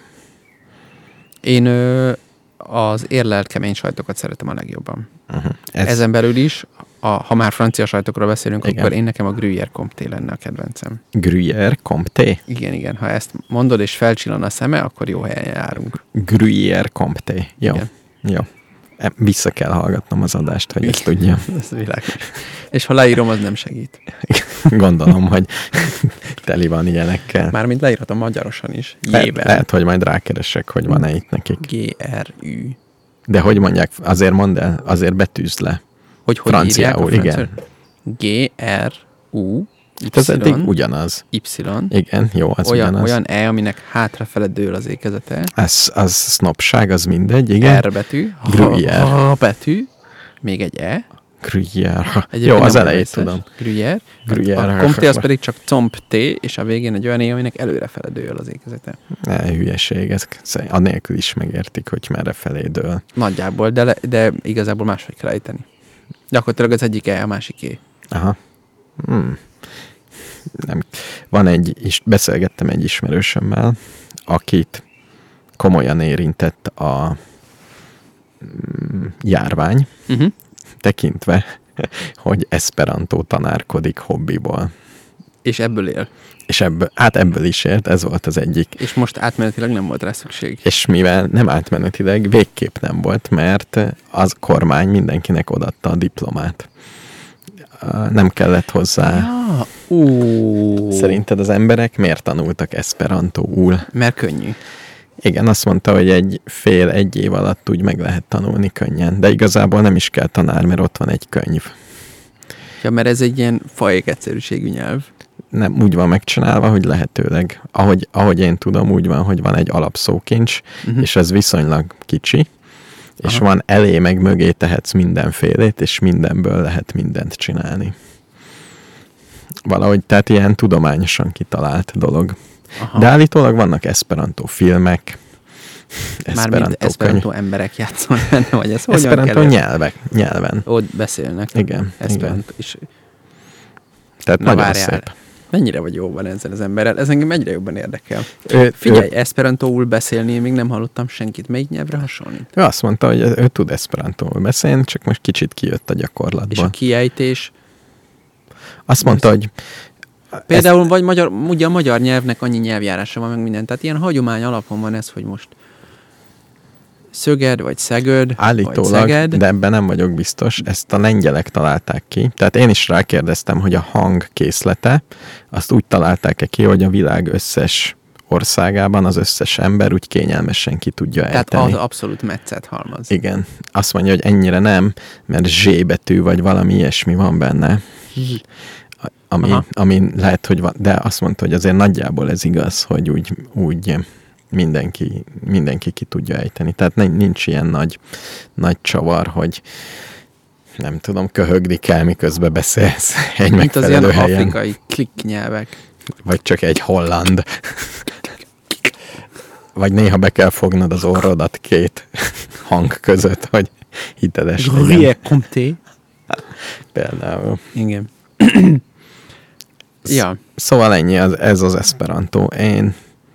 az érlelt kemény sajtokat szeretem a legjobban. Uh-huh. Ezen belül is, ha már francia sajtokról beszélünk, Igen. akkor én nekem a Gruyère Comté lenne a kedvencem. Gruyère Comté? Igen. Ha ezt mondod és felcsillan a szeme, akkor jó helyen járunk. Gruyère Comté. Jó. Igen. Jó. Vissza kell hallgatnom az adást, hogy ezt tudjam. Ez világos. És ha leírom, az nem segít. Gondolom, hogy teli van ilyenekkel. Mármint leírhatom magyarosan is. Jével. Lehet, hogy majd rákeresek, hogy van-e itt nekik. G-R-U. De hogy mondják, azért mondd el, azért betűzd le. Hogy Franciául, írják a igen. G-R-U. Itt az eddig ugyanaz. Y. Igen, jó, az ugyanaz. Olyan E, aminek hátrafele dől az ékezete. Az sznopság, az mindegy, igen. R betű. Gruyère. H betű. Még egy E. Gruyère. Egyébként Jó, az nem elejét vészes. tudom. Gruyère. Gruyère. A Comté az pedig csak comp T, és a végén egy olyan E, aminek előrefele dől az ékezete. Hülyeség, ez anélkül is megértik, hogy merre felé dől. Nagyjából, de igazából máshogy kell ejteni. Gyakorlatilag az egyik E, a másik E. Aha. Nem. Beszélgettem egy ismerősömmel, akit komolyan érintett a járvány, tekintve, hogy esperantó tanárkodik hobbiból. És ebből él. És ebből is élt, ez volt az egyik. És most átmenetileg nem volt rá szükség. És mivel nem átmenetileg, végképp nem volt, mert az kormány mindenkinek odaadta a diplomát. Nem kellett hozzá. Szerinted az emberek miért tanultak esperantóul? Mert könnyű. Igen, azt mondta, hogy egy év alatt úgy meg lehet tanulni könnyen. De igazából nem is kell tanár, mert ott van egy könyv. Ja, Ja, mert ez egy ilyen fajék egyszerűségű nyelv. Nem, úgy van megcsinálva, hogy lehetőleg, ahogy én tudom, úgy van, hogy van egy alapszókincs, és ez viszonylag kicsi, és van elé meg mögé tehetsz mindenfélét, és mindenből lehet mindent csinálni. Valahogy, tehát ilyen tudományosan kitalált dolog. Aha. De állítólag vannak esperanto filmek, mármint esperanto emberek játszanak benne, vagy ez hogyan esperanto nyelven. Ott beszélnek. Igen. Esperanto is. Tehát nagyon szép. Mennyire vagy jóban ezzel az emberrel? Ez engem egyre jobban érdekel. Figyelj, esperantóul beszélni, én még nem hallottam senkit. Melyik nyelvre hasonlít? Ő azt mondta, hogy ő tud esperantóul beszélni, csak most kicsit kijött a gyakorlatban. És a kiejtés? Azt mondta, hogy... Például, vagy ugye a magyar nyelvnek annyi nyelvjárása van, meg minden. Tehát ilyen hagyomány alapon van ez, hogy most Szöged, vagy Szegöd, állítólag, vagy Szeged. De ebben nem vagyok biztos, ezt a lengyelek találták ki. Tehát én is rákérdeztem, hogy a hang készlete, azt úgy találták-e ki, hogy a világ összes országában az összes ember úgy kényelmesen ki tudja ejteni. Tehát az abszolút metszet halmaz. Igen. Azt mondja, hogy ennyire nem, mert Z betű, vagy valami ilyesmi van benne. Ami lehet, hogy van, de azt mondta, hogy azért nagyjából ez igaz, hogy úgy mindenki ki tudja ejteni. Tehát nincs ilyen nagy csavar, hogy nem tudom, köhögni kell, miközben beszélsz egy mint megfelelő az ilyen helyen. afrikai klik nyelvek. Vagy csak egy holland. Vagy néha be kell fognod az orrodat két hang között, hogy hiteles legyen. Comté. Például. Igen. Ja. Szóval ennyi, ez az esperanto. Én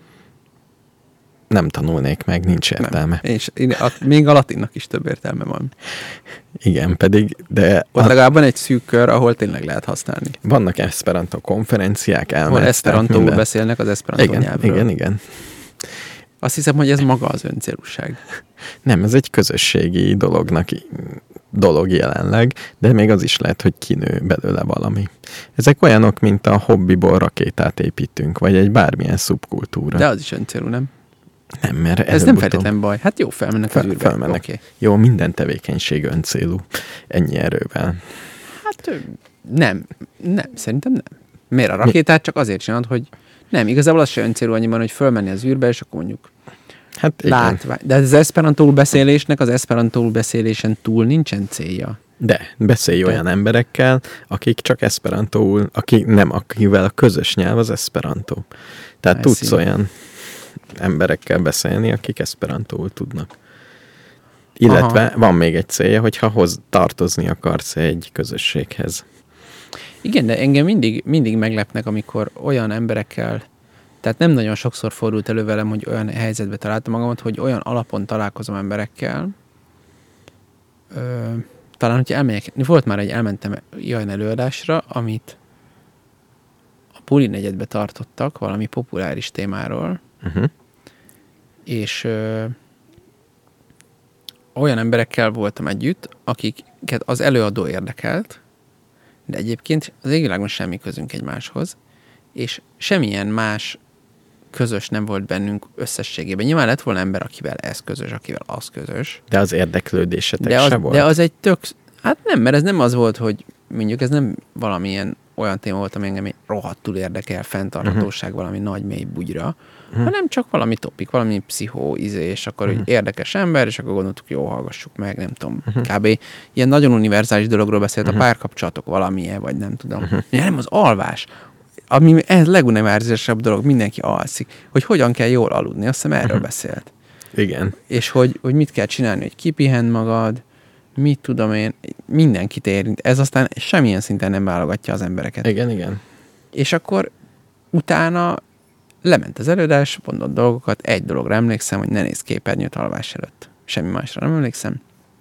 nem tanulnék meg, nincs értelme. És még a latinnak is több értelme van. Igen, pedig, de... Ott legalább van egy szűk kör, ahol tényleg lehet használni. Vannak esperanto konferenciák, ahol esperantóul beszélnek az esperanto nyelvről. Igen. Azt hiszem, hogy ez maga az öncélúság. Nem, ez egy közösségi dolog jelenleg, de még az is lehet, hogy kinő belőle valami. Ezek olyanok, mint a hobbiból rakétát építünk, vagy egy bármilyen szubkultúra. De az is öncélú, nem? Nem, mert ez nem feltétlen baj. Hát jó, felmennek az űrbe. Felmennek. Okay. Jó, minden tevékenység öncélú. Ennyi erővel. Hát nem, szerintem nem. Miért a rakétát csak azért csinálod, hogy nem, igazából az se öncélú annyiban, hogy fölmenni az űrbe, és akkor mondjuk látvány. De az esperantóul beszélésnek az esperantóul beszélésen túl nincsen célja. De beszélj olyan emberekkel, akik csak esperantóul, akivel a közös nyelv az esperanto. Tehát tudsz olyan emberekkel beszélni, akik esperantóul tudnak. Illetve van még egy célja, hogyha tartozni akarsz egy közösséghez. Igen, de engem mindig meglepnek, amikor olyan emberekkel, tehát nem nagyon sokszor fordult elő velem, hogy olyan helyzetbe találtam magamat, hogy olyan alapon találkozom emberekkel, talán, hogyha volt már elmentem olyan előadásra, amit a Puli negyedbe tartottak valami populáris témáról, és olyan emberekkel voltam együtt, akiket az előadó érdekelt, de egyébként az égvilágon semmi közünk egymáshoz, és semmilyen más közös nem volt bennünk összességében. Nyilván lett volna ember, akivel ez közös, akivel az közös. De az érdeklődésetek se volt? De az egy hát nem, mert ez nem az volt, hogy mondjuk ez nem valamilyen olyan téma volt, ami engem rohadtul érdekel, fenntarthatóság, valami nagy mély bugyra, hanem csak valami topik, valami és akkor hogy érdekes ember, és akkor gondoltuk, jó, hallgassuk meg, nem tudom, kb. Ilyen nagyon univerzális dologról beszélt, a párkapcsolatok valamilyen, vagy nem tudom. Nem, az alvás, ami ez leguniverzálisabb dolog, mindenki alszik, hogy hogyan kell jól aludni, azt hiszem erről beszélt. Igen. És hogy mit kell csinálni, hogy kipihend magad, mit tudom én, mindenkit érint. Ez aztán semmilyen szinten nem válogatja az embereket. Igen. És akkor utána lement az előadás, mondott dolgokat, egy dologra emlékszem, hogy ne nézz képernyőt alvás előtt. Semmi másra nem emlékszem.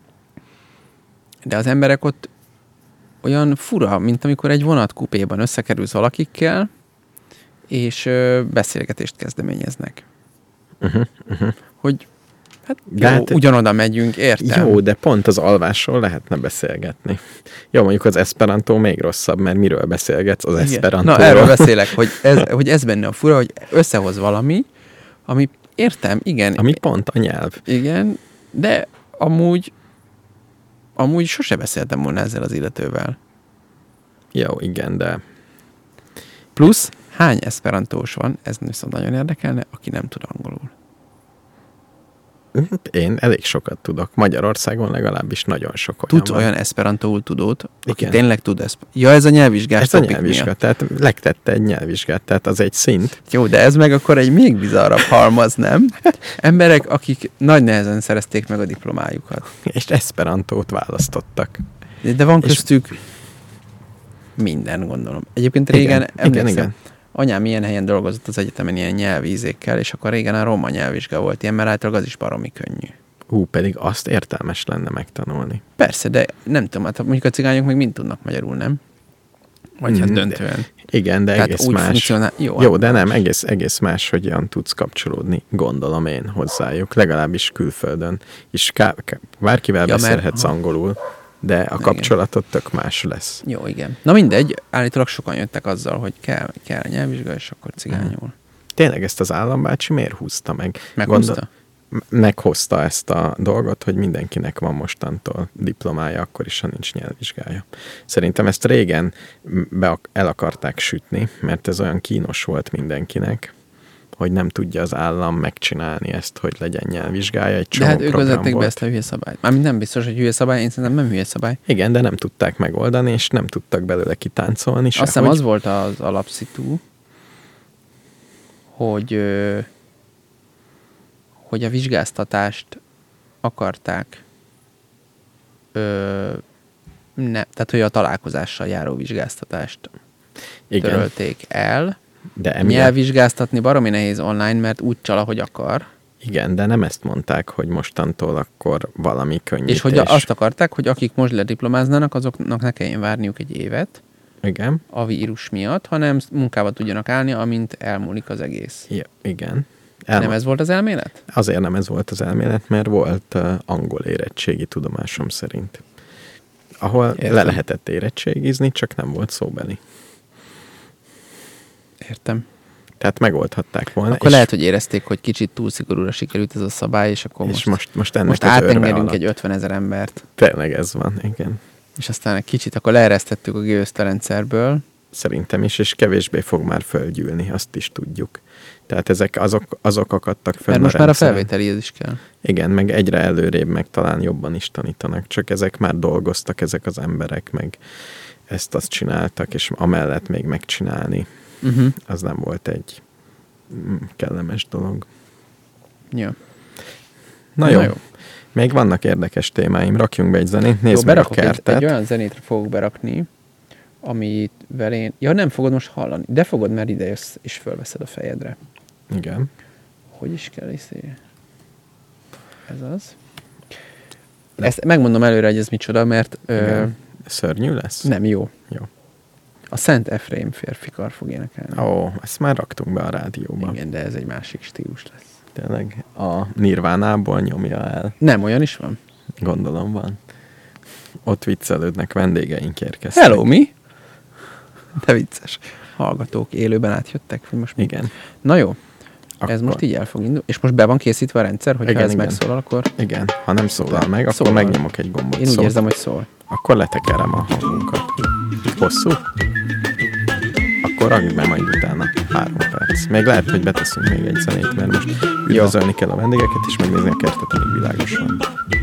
De az emberek ott olyan fura, mint amikor egy vonatkupéban összekerülsz valakikkel, és beszélgetést kezdeményeznek. Hogy hát jó, ugyanoda megyünk, értem. Jó, de pont az alvásról lehetne beszélgetni. Jó, mondjuk az esperanto még rosszabb, mert miről beszélgetsz az esperantóról? Na, erről beszélek, hogy ez benne a fura, hogy összehoz valami, ami értem, igen. Ami pont a nyelv. Igen, de amúgy sose beszéltem volna ezzel az illetővel. Jó, igen, de Plusz, hány eszperantós van, ez viszont nagyon érdekelne, aki nem tud angolul. én elég sokat tudok. Magyarországon legalábbis nagyon sok olyan Tudsz van. olyan eszperantóul tudót, aki Igen. tényleg tud Ja, ez a nyelvvizsgás Ez a topik nyelvvizsga, miatt. tehát legtette egy nyelvvizsgát, tehát az egy szint. Jó, de ez meg akkor egy még bizarrabb halmaz, nem? Emberek, akik nagy nehezen szerezték meg a diplomájukat. És esperantót választottak. De van És- köztük minden, gondolom. Egyébként régen, Igen, emlékszem, igen. anyám ilyen helyen dolgozott az egyetemen ilyen nyelvízékkel, és akkor régen a roma nyelvvizsga volt ilyen, mert általában az is baromi könnyű. Pedig azt értelmes lenne megtanulni. Persze, de nem tudom, hát mondjuk a cigányok meg mind tudnak magyarul, nem? Vagy hát De- döntően. Igen, de Tehát egész úgy más. funkcionál. Jó, de nem, egész más, hogyan tudsz kapcsolódni, gondolom én hozzájuk, legalábbis külföldön. És bárkivel Ja, mert- beszélhetsz angolul, de a Igen. kapcsolatot tök más lesz. Jó, igen. Na mindegy, állítólag sokan jöttek azzal, hogy kell a nyelvvizsga, és akkor cigányul. Tényleg ezt az állambácsi miért húzta meg? Meghozta? Meghozta ezt a dolgot, hogy mindenkinek van mostantól diplomája, akkor is, ha nincs nyelvvizsgája. Szerintem ezt régen el akarták sütni, mert ez olyan kínos volt mindenkinek, hogy nem tudja az állam megcsinálni ezt, hogy legyen nyelvvizsgája. Egy De csomó hát ők program vezették be volt. ezt a hülye szabályt. Mármint nem biztos, hogy hülye szabály, én szerintem nem hülye szabály. Igen, de nem tudták megoldani, és nem tudtak belőle kitáncolni. Azt hiszem az volt az alapszitu, hogy a vizsgáztatást akarták tehát hogy a találkozással járó vizsgáztatást Igen, törölték el. de emiatt, Nyelvvizsgáztatni baromi nehéz online, mert úgy csal, ahogy akar. igen, de nem ezt mondták, hogy mostantól akkor valami könnyítés. És hogy azt akarták, hogy akik most lediplomáznának, azoknak ne kelljen várniuk egy évet Igen, a vírus miatt, hanem munkába tudjanak állni, amint elmúlik az egész. ja, igen. Nem ez volt az elmélet? Azért nem ez volt az elmélet, mert volt angol érettségi tudomásom szerint. Ahol Értem. le lehetett érettségizni, csak nem volt szóbeli. Értem. Tehát megoldhatták volna. Akkor lehet, hogy érezték, hogy kicsit túl szigorúra sikerült ez a szabály, és akkor és most ennek most az örve átengedünk alatt. egy 50 000 embert, Tényleg ez van, igen. és aztán egy kicsit akkor leeresztettük a gőzterendszerből. Szerintem is, és kevésbé fog már fölgyűlni, azt is tudjuk. Tehát ezek azok akadtak fel. Mert most már a rendszeren. felvételihez is kell. Igen, meg egyre előrébb, meg talán jobban is tanítanak. Csak ezek már dolgoztak, ezek az emberek, meg ezt-azt csináltak, és amellett még megcsinálni, az nem volt egy kellemes dolog. Ja. Na jó. Még vannak érdekes témáim, rakjunk be egy zenét, nézd meg a berakok kertet. egy olyan zenét fogok berakni, amit én... Ja, nem fogod most hallani, de fogod, mert ide jössz, és fölveszed a fejedre. Igen. Hogy is kell iszé? Ez az. Ezt megmondom előre, hogy ez micsoda, mert Igen. Szörnyű lesz? nem jó. Jó. A Szent Efrém férfikar fog énekelni. Ó, ezt már raktunk be a rádióba. Igen, de ez egy másik stílus lesz. Tényleg a Nirvánából nyomja el. Nem, olyan is van? Gondolom van. Ott viccelődnek, vendégeink érkeztek. Hello, mi? De vicces. Hallgatók élőben átjöttek, hogy most mi? Igen. Na jó, Akkor, ez most így el fog indulni. És most be van készítve a rendszer, hogy Igen, ha ez igen. megszólal, akkor Igen, ha nem szólal meg, akkor Szólal. megnyomok egy gombot. én úgy érzem, hogy szól. Akkor letekerem a hangunkat. Hosszú? Akkor rakd be majd utána 3 perc. Még lehet, hogy beteszünk még egy zenét, mert most üdvözölni kell a vendégeket, és megnézni a kertet, amíg világos van.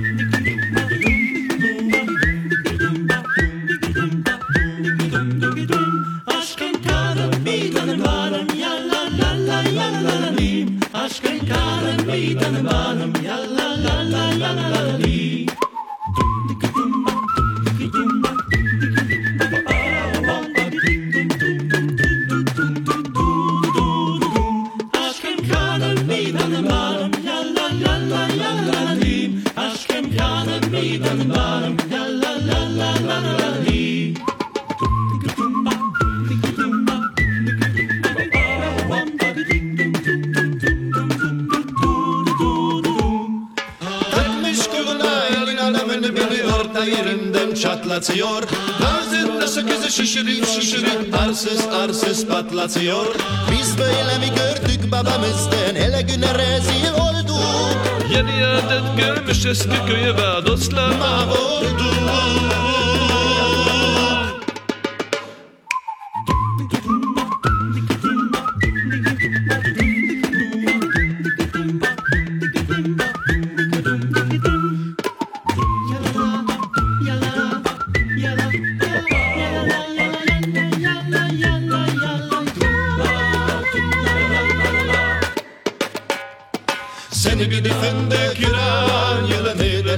Çatlatıyor, ağzında sakızı şişirip arsız patlatıyor. Biz böyle mi gördük babamızdan, hele güne rezil olduk. Yeni adet gelmiş eski köye ve dostlar Mahvolduk.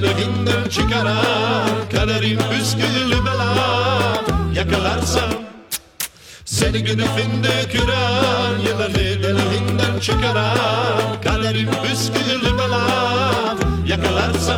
de hinder csikara, kaderin püskülü bela, yakalarsa seni günü finde kürer, yılları deliğinden çıkarar, kaderin püskülü bela, yakalarsa.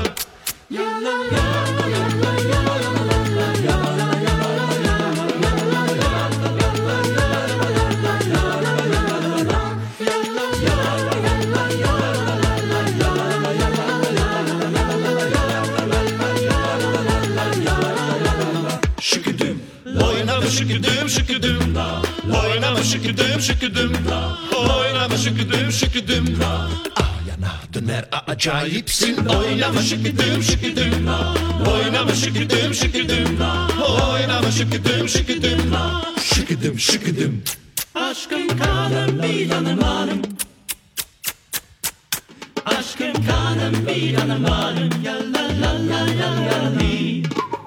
Şıkıdım şıkıdım, oynama şıkıdım şıkıdım, oynama şıkıdım şıkıdım. Ayağına döner acayipsin, oynama şıkıdım şıkıdım, oynama şıkıdım şıkıdım, oynama şıkıdım şıkıdım, şıkıdım şıkıdım. Aşkım kanım bir yanım hanım, aşkım kanım bir yanım hanım, ya la la la la la li.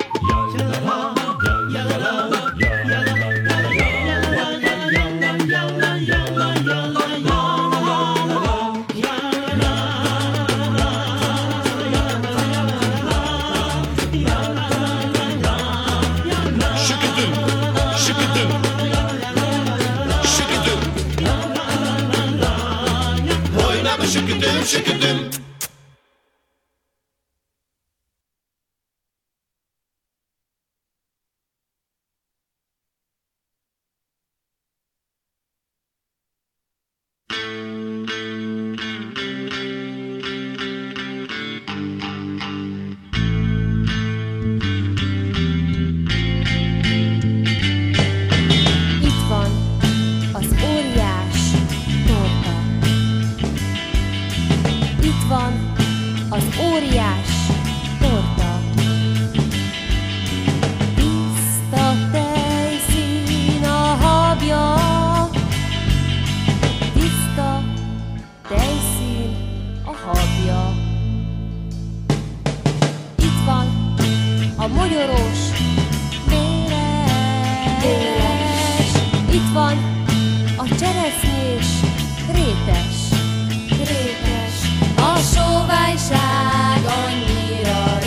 Şıkıdım şıkıdım. Itt van az óriás torta. Itt van az óriás torta. Tiszta tejszín a habja, tiszta tejszín a habja. Itt van a mogyorós véres, itt van a cseresznyés rétes. A sóványság annyira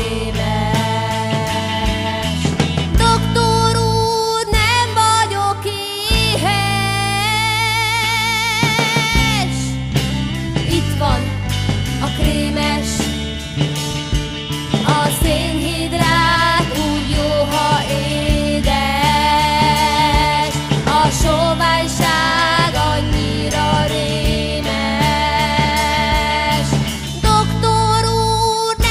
rémes. Doktor úr, nem vagyok éhes. Itt van a krémes, a szénhidrát úgy jó, ha édes. A sóványság annyira rémes. Doktor úr,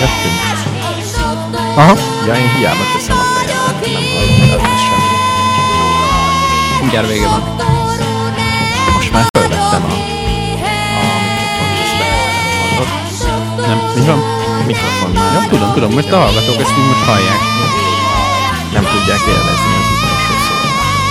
mellettünk? Aha. Ja, én hiába teszem a fejemre, nem hallom el semmi. Mindjárt vége van. Most már fölvettem a mikrofont, ezt hallod? Nem, mi van? Mikrofon már. Ja, tudom, most a hallgatók ezt így most hallják. Nem tudják élvezni az utolsó szót.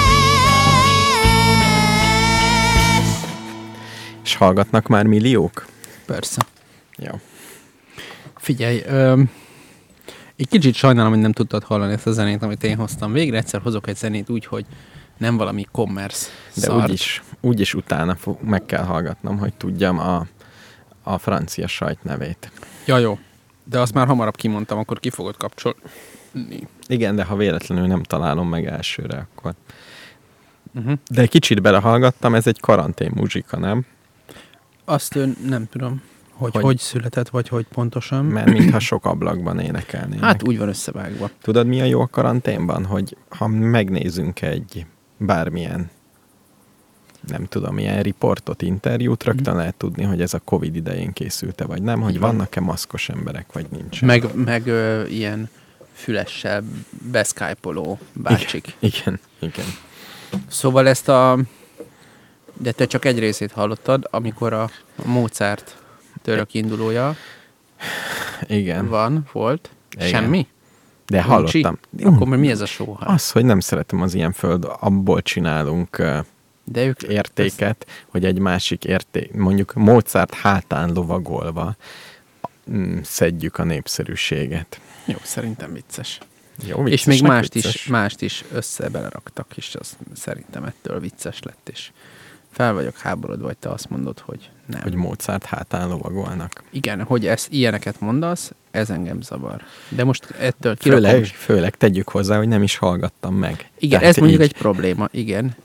És hallgatnak már milliók? Persze. Jó. Figyelj, egy kicsit sajnálom, hogy nem tudtad hallani ezt a zenét, amit én hoztam. Végre egyszer hozok egy zenét úgy, hogy nem valami commerce De szart. úgyis utána meg kell hallgatnom, hogy tudjam a francia sajt nevét. Ja, jó. De azt már hamarabb kimondtam, akkor ki fogod kapcsolni. Igen, de ha véletlenül nem találom meg elsőre, akkor... De egy kicsit belehallgattam, ez egy karantén muzsika, nem? Azt nem tudom, hogy született, vagy hogy pontosan. Mert mintha sok ablakban énekelnének. Hát úgy van összevágva. Tudod, mi a jó a karanténban? Hogy ha megnézünk egy bármilyen, nem tudom, ilyen riportot, interjút, rögtön lehet tudni, hogy ez a Covid idején készült-e, vagy nem, hogy vannak-e maszkos emberek, vagy nincs. Meg ilyen fülessel beszkájpoló bácsik. Igen. Szóval ezt de te csak egy részét hallottad, amikor a Mozart török indulója Igen. volt. Igen. Semmi? De hallottam. Akkor mi ez a sóhaj? Az, hogy nem szeretem az ilyen föld, abból csinálunk De ők értéket, hogy egy másik mondjuk Mozart hátán lovagolva szedjük a népszerűséget. Jó, szerintem vicces. Jó, És még viccesnek vicces. mást is össze beleraktak, és az szerintem ettől vicces lett, és fel vagyok háborodva, vagy te azt mondod, hogy nem. Hogy Mozart hátán lovagolnak. Igen, hogy ezt ilyeneket mondasz, ez engem zavar. De most ettől Főleg tegyük hozzá, hogy nem is hallgattam meg. Igen, Tehát ez mondjuk így. egy probléma, igen.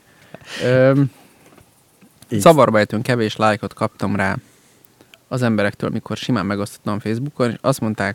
Így. Zavarba ejtőn kevés lájkot kaptam rá az emberektől, mikor simán megosztottam Facebookon, és azt mondták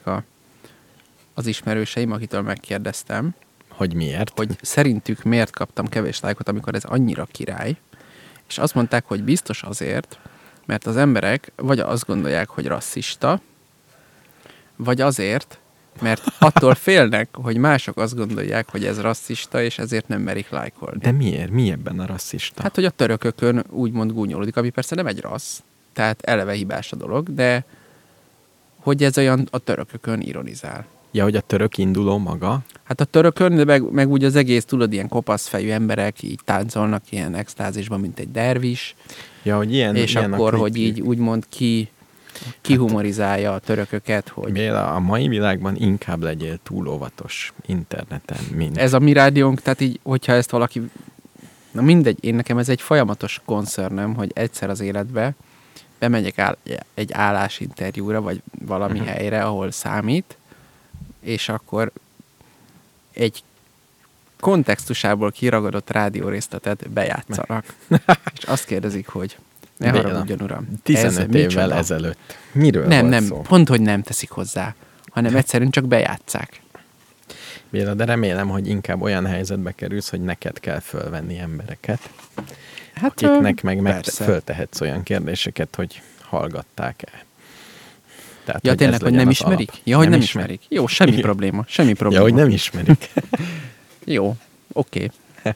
az ismerőseim, akitől megkérdeztem, Hogy miért? hogy szerintük miért kaptam kevés lájkot, amikor ez annyira király, és azt mondták, hogy biztos azért, mert az emberek vagy azt gondolják, hogy rasszista, vagy azért, mert attól félnek, hogy mások azt gondolják, hogy ez rasszista, és ezért nem merik lájkolni. De miért? Mi ebben a rasszista? Hát, hogy a törökökön úgymond gúnyolódik, ami persze nem egy rassz, tehát eleve hibás a dolog, de hogy ez olyan a törökökön ironizál. Ja, hogy a török induló maga? Hát a törökön, de meg úgy az egész, tudod, ilyen kopaszfejű emberek így táncolnak ilyen extázisban, mint egy dervis, Ja, hogy ilyen... és ilyen akkor, a hogy így úgymond kihumorizálja a törököket, hogy Béla, a mai világban inkább legyél túl óvatos interneten, mint... ez a mi rádiónk, tehát így, hogyha ezt valaki... Na mindegy, nekem ez egy folyamatos koncernem, hogy egyszer az életbe bemegyek egy állásinterjúra, vagy valami helyre, ahol számít, és akkor egy kontextusából kiragadott rádiórészletet bejátszanak. És azt kérdezik, hogy ne Béla, haragudjon, uram. 15 ez évvel micsoda? ezelőtt. Miről Nem, volt nem, szó? pont, hogy nem teszik hozzá, hanem egyszerűen csak bejátsszák. Béla, de remélem, hogy inkább olyan helyzetbe kerülsz, hogy neked kell fölvenni embereket, Hát, akiknek meg persze. föltehetsz olyan kérdéseket, hogy hallgatták-e. Tehát, Ja, tényleg, ez hogy legyen nem az ismerik? alap. Ja, hogy nem ismerik. Jó, semmi Igen. probléma. Semmi Ja, probléma. hogy nem ismerik. Jó, oké.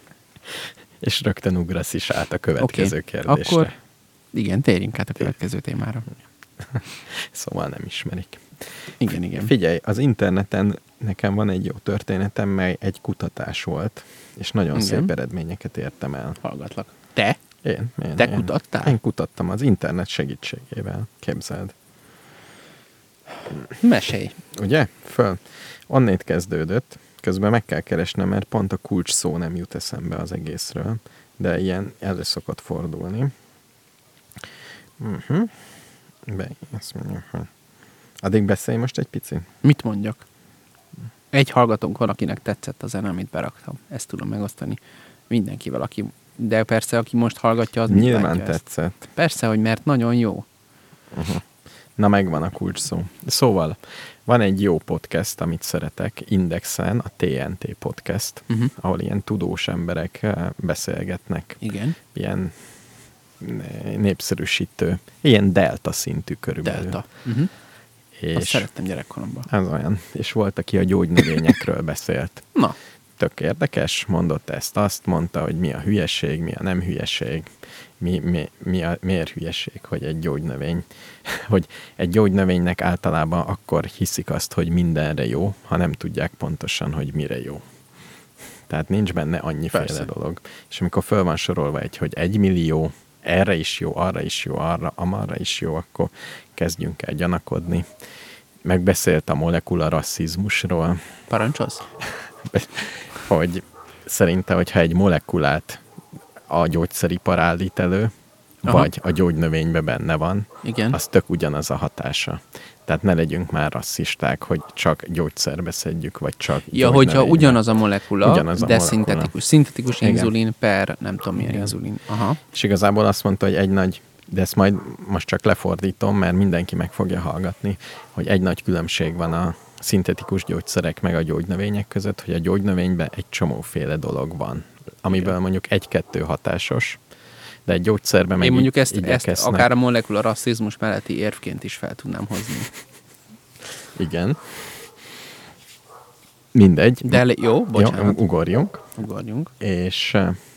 És rögtön ugrasz is át a következő Oké. kérdésre. Akkor igen, térjünk át a következő témára. Szóval nem ismerik. Igen. Figyelj, az interneten nekem van egy jó történetem, mely egy kutatás volt, és nagyon Igen. szép eredményeket értem el. Hallgatlak. Te? Én Te kutattál? Én kutattam az internet segítségével, képzeld. Mesélj. Ugye? Onnét kezdődött, közben meg kell keresnem, mert pont a kulcs szó nem jut eszembe az egészről, de ilyen elő szokott fordulni. Azt mondja, hogy... Addig beszélj most egy picit? Mit mondjak? Egy hallgatónk van, akinek tetszett a zene, amit beraktam. Ezt tudom megosztani mindenkivel, de persze, aki most hallgatja, az Nyilván látja ezt. tetszett. Persze, hogy mert nagyon jó. Na, megvan a kulcs szó. Szóval, van egy jó podcast, amit szeretek, Indexen, a TNT podcast, ahol ilyen tudós emberek beszélgetnek. Igen. Ilyen népszerűsítő, ilyen delta szintű körülbelül. Delta. Azt És szerettem gyerekkoromban. ez olyan. És volt, aki a gyógynövényekről beszélt. Na, Tök érdekes, mondott azt, mondta, hogy mi a hülyeség, mi a nem hülyeség, miért hülyeség, hogy egy gyógynövény, hogy egy gyógynövénynek általában akkor hiszik azt, hogy mindenre jó, ha nem tudják pontosan, hogy mire jó. Tehát nincs benne annyiféle Persze. dolog. És amikor föl van sorolva hogy 1 millió, erre is jó, arra is jó, amarra is jó, akkor kezdjünk el gyanakodni. Megbeszélt a molekula rasszizmusról, parancsolsz? hogy szerinte, hogyha egy molekulát a gyógyszeripar állít elő, Aha. vagy a gyógynövényben benne van, Igen. az tök ugyanaz a hatása. Tehát ne legyünk már rasszisták, hogy csak gyógyszerbe szedjük, vagy csak Ja, hogyha gyógynövénybe. ugyanaz a molekula, Ugyanaz a de molekula. szintetikus Igen. inzulin per nem tudom milyen Igen. inzulin. Aha. És igazából azt mondta, hogy egy nagy, de ezt majd most csak lefordítom, mert mindenki meg fogja hallgatni, hogy egy nagy különbség van a szintetikus gyógyszerek meg a gyógynövények között, hogy a gyógynövényben egy csomóféle dolog van, amiből mondjuk 1-2 hatásos, de egy gyógyszerben meg Én mondjuk így ezt igyekeznek. akár a molekula rasszizmus melletti érvként is fel tudnám hozni. Igen. Mindegy. Jó, bocsánat. Ugorjunk. Ugorjunk. És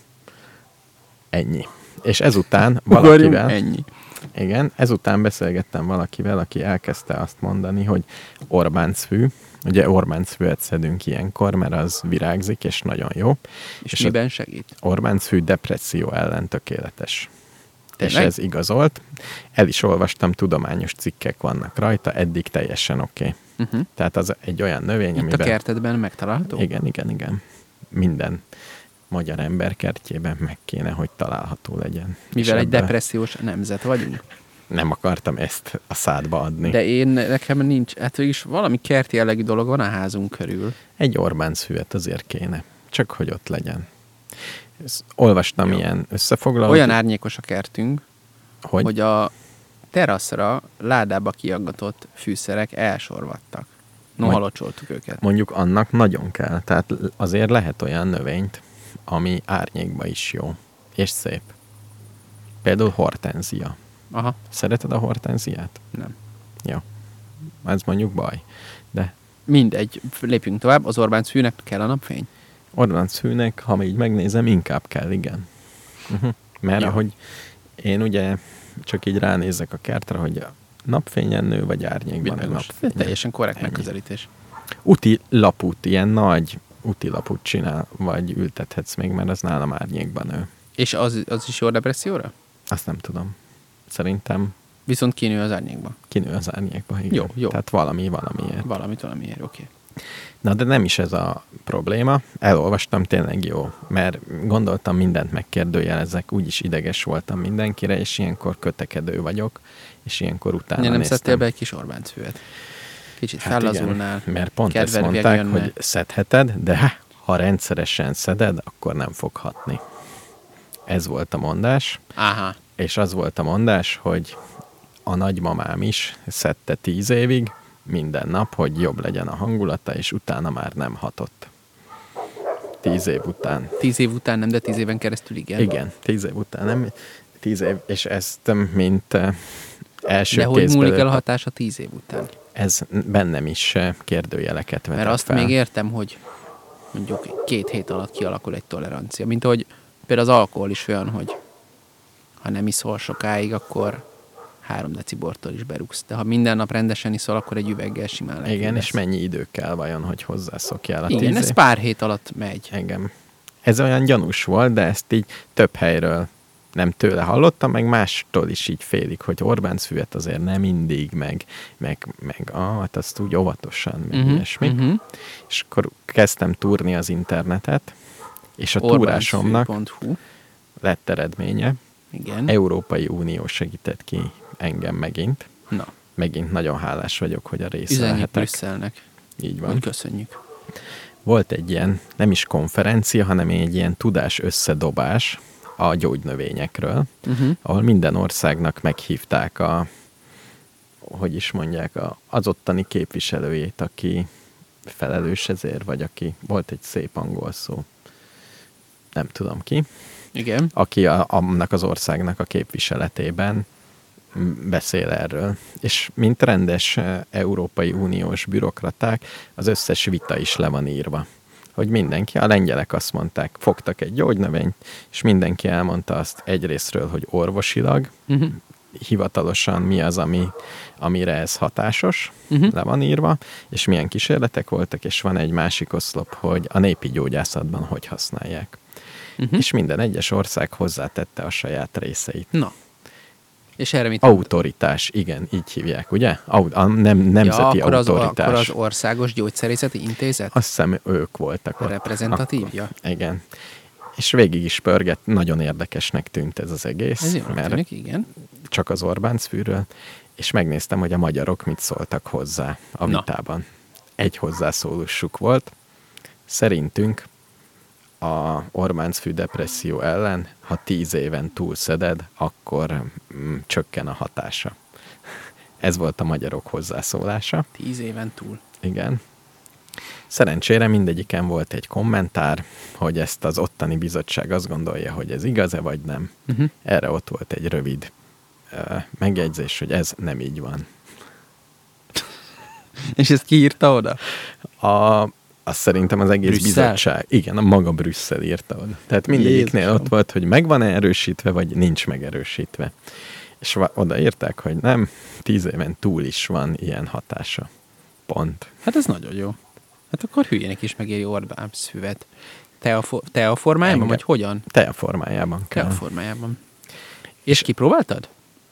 ennyi. És ezután valakivel... Ennyi. Igen, ezután beszélgettem valakivel, aki elkezdte azt mondani, hogy Orbáncfű, ugye Orbáncfüvet szedünk ilyenkor, mert az virágzik, és nagyon jó. És miben segít? Orbáncfű depresszió ellen tökéletes. Tényleg? És ez igazolt. El is olvastam, tudományos cikkek vannak rajta, eddig teljesen oké. Uh-huh. Tehát az egy olyan növény, Itt a amiben... kertedben megtalálható? Igen. Minden magyar ember kertjében meg kéne, hogy található legyen. Mivel És egy ebből depressziós nemzet vagyunk. nem akartam ezt a szádba adni. De nekem nincs, hát is valami kerti jellegű dolog van a házunk körül. Egy Orbáncfüvet azért kéne. Csak hogy ott legyen. Olvastam ilyen összefoglalót. Olyan árnyékos a kertünk, hogy hogy a teraszra ládába kiaggatott fűszerek elsorvadtak. Noha Majd- locsoltuk őket. mondjuk annak nagyon kell. Tehát azért lehet olyan növényt, ami árnyékba is jó. És szép. Például hortenzia. Aha, Szereted a hortenziát? nem. Jó. Ez mondjuk baj. De Mindegy, lépjünk tovább. Az Orbán szűnek kell a napfény. Orbáncfűnek, ha így megnézem, inkább kell, igen. Mert Jó. ahogy én ugye csak így ránézek a kertre, hogy napfényen nő, vagy árnyékban nő Világos. napfényen. Teljesen korrekt Ennyi. megközelítés. Úti laput, ilyen nagy úti laput csinál, vagy ültethetsz még, mert az nálam árnyékban nő. És az is jó a depresszióra? Azt nem tudom. Szerintem Viszont kinő az árnyékba. kinő az árnyékba. Igen. Jó. Tehát valamiért. Valamiért, oké. Na, de nem is ez a probléma. Elolvastam, tényleg jó, mert gondoltam, mindent megkérdőjelezek, úgyis ideges voltam mindenkire, és ilyenkor kötekedő vagyok, és ilyenkor utána Nem néztem. szedtél be egy kis Orbáncfüvet? Kicsit Hát fellazulnál. igen, mert pont ezt kedved mondták, megjönne. hogy szedheted, de ha rendszeresen szeded, akkor nem fog hatni. Ez volt a mondás, Aha. és az volt a mondás, hogy a nagymamám is szedte 10 évig, minden nap, hogy jobb legyen a hangulata, és utána már nem hatott. 10 év után. 10 év után nem, de 10 éven keresztül igen. Igen, 10 év után nem. 10 év, és ezt mint első De hogy kézből múlik el a lőtt- hatása 10 év után? Ez bennem is kérdőjeleket vetett Mert azt fel. még értem, hogy mondjuk 2 hét alatt kialakul egy tolerancia. Mint ahogy például az alkohol is olyan, hogy ha nem iszol sokáig, akkor 3 deci bortól is berúgsz. De ha minden nap rendesen iszol, akkor egy üveggel simán Igen, lefülesz. és mennyi idő kell vajon, hogy hozzászokjál a Igen, 10 ez év? pár hét alatt megy. Engem. Ez olyan gyanús volt, de ezt így több helyről nem tőle hallottam, meg mástól is így félig, hogy Orbáncfüvet azért nem mindig, meg hát azt úgy óvatosan, meg ilyesmi. És akkor kezdtem túrni az internetet, és a túrásomnak Orbánszfű.hu. lett eredménye. Igen. Európai Unió segített ki engem megint. Na, Megint nagyon hálás vagyok, hogy a része üzenjük lehetek. Brüsszelnek. Így van. Hogy köszönjük. Volt egy ilyen, nem is konferencia, hanem egy ilyen tudás összedobás a gyógynövényekről, ahol minden országnak meghívták hogy is mondják, az ottani képviselőjét, aki felelős ezért, vagy aki, volt egy szép angol szó, nem tudom ki, Igen. aki annak az országnak a képviseletében beszél erről. És mint rendes Európai Uniós bürokraták, az összes vita is le van írva. Hogy mindenki, a lengyelek azt mondták, fogtak egy gyógynövényt, és mindenki elmondta azt egyrésztről, hogy orvosilag, hivatalosan mi az, amire ez hatásos, le van írva, és milyen kísérletek voltak, és van egy másik oszlop, hogy a népi gyógyászatban hogy használják. És minden egyes ország hozzátette a saját részeit. Na. És erre mit Autoritás, igen, így hívják, ugye? Nemzeti akkor autoritás. Akkor az Országos Gyógyszerészeti Intézet? Azt hiszem, ők voltak ott. Reprezentatívja? Akkor. Igen. És végig is pörgett, nagyon érdekesnek tűnt ez az egész. Ez jól tűnik, igen. Csak az Orbán-szfűről, és megnéztem, hogy a magyarok mit szóltak hozzá a vitában. Egy hozzászólósuk volt. Szerintünk a Orbán-szfű depresszió ellen, ha 10 éven túl szeded, akkor csökken a hatása. Ez volt a magyarok hozzászólása. 10 éven túl. Igen. Szerencsére mindegyiken volt egy kommentár, hogy ezt az ottani bizottság azt gondolja, hogy ez igaz-e vagy nem. Erre ott volt egy rövid megjegyzés, hogy ez nem így van. És ezt ki írta oda? Azt szerintem az egész Brüsszel? bizottság. Igen, a maga Brüsszel írta oda. Tehát mindegyiknél Jézusom. ott volt, hogy megvan-e erősítve, vagy nincs megerősítve. És odaírták, hogy nem, 10 éven túl is van ilyen hatása. Pont. Hát ez nagyon jó. Hát akkor hülyének is megéri Orbán-szfüvet. Tea formájában, vagy hogyan? Tea formájában kell. Tea formájában. És kipróbáltad?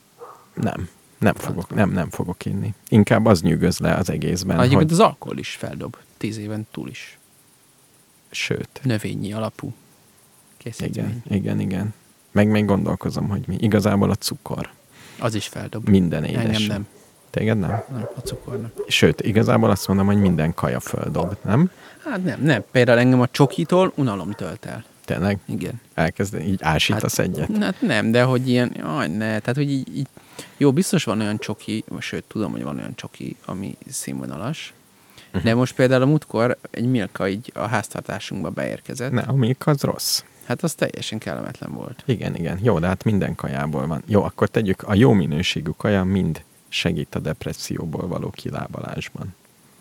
Nem fogok inni. Inkább az nyűgöz le az egészben, Egyébként az alkohol is feldob. 10 éven túl is. Sőt. Növényi alapú készítmény. Igen. Meg még gondolkozom, hogy mi. Igazából a cukor. Az is feldob. Minden édes. Engem nem. Téged nem? Nem, a cukor nem. Sőt, igazából azt mondom, hogy minden kaja földob, nem? Hát nem. Például engem a csokitól unalom tölt el. Tényleg? Igen. Elkezd, így ásítasz egyet? Hát nem, de hogy ilyen, tehát hogy így, jó, biztos van olyan csoki, sőt, tudom, hogy van olyan csoki, ami színvonalas, de most például a múltkor egy Milka így a háztartásunkba beérkezett. Ne, a Milka az rossz. Hát az teljesen kellemetlen volt. Igen. Jó, de hát minden kajából van. Jó, akkor tegyük, a jó minőségű kaja mind segít a depresszióból való kilábalásban.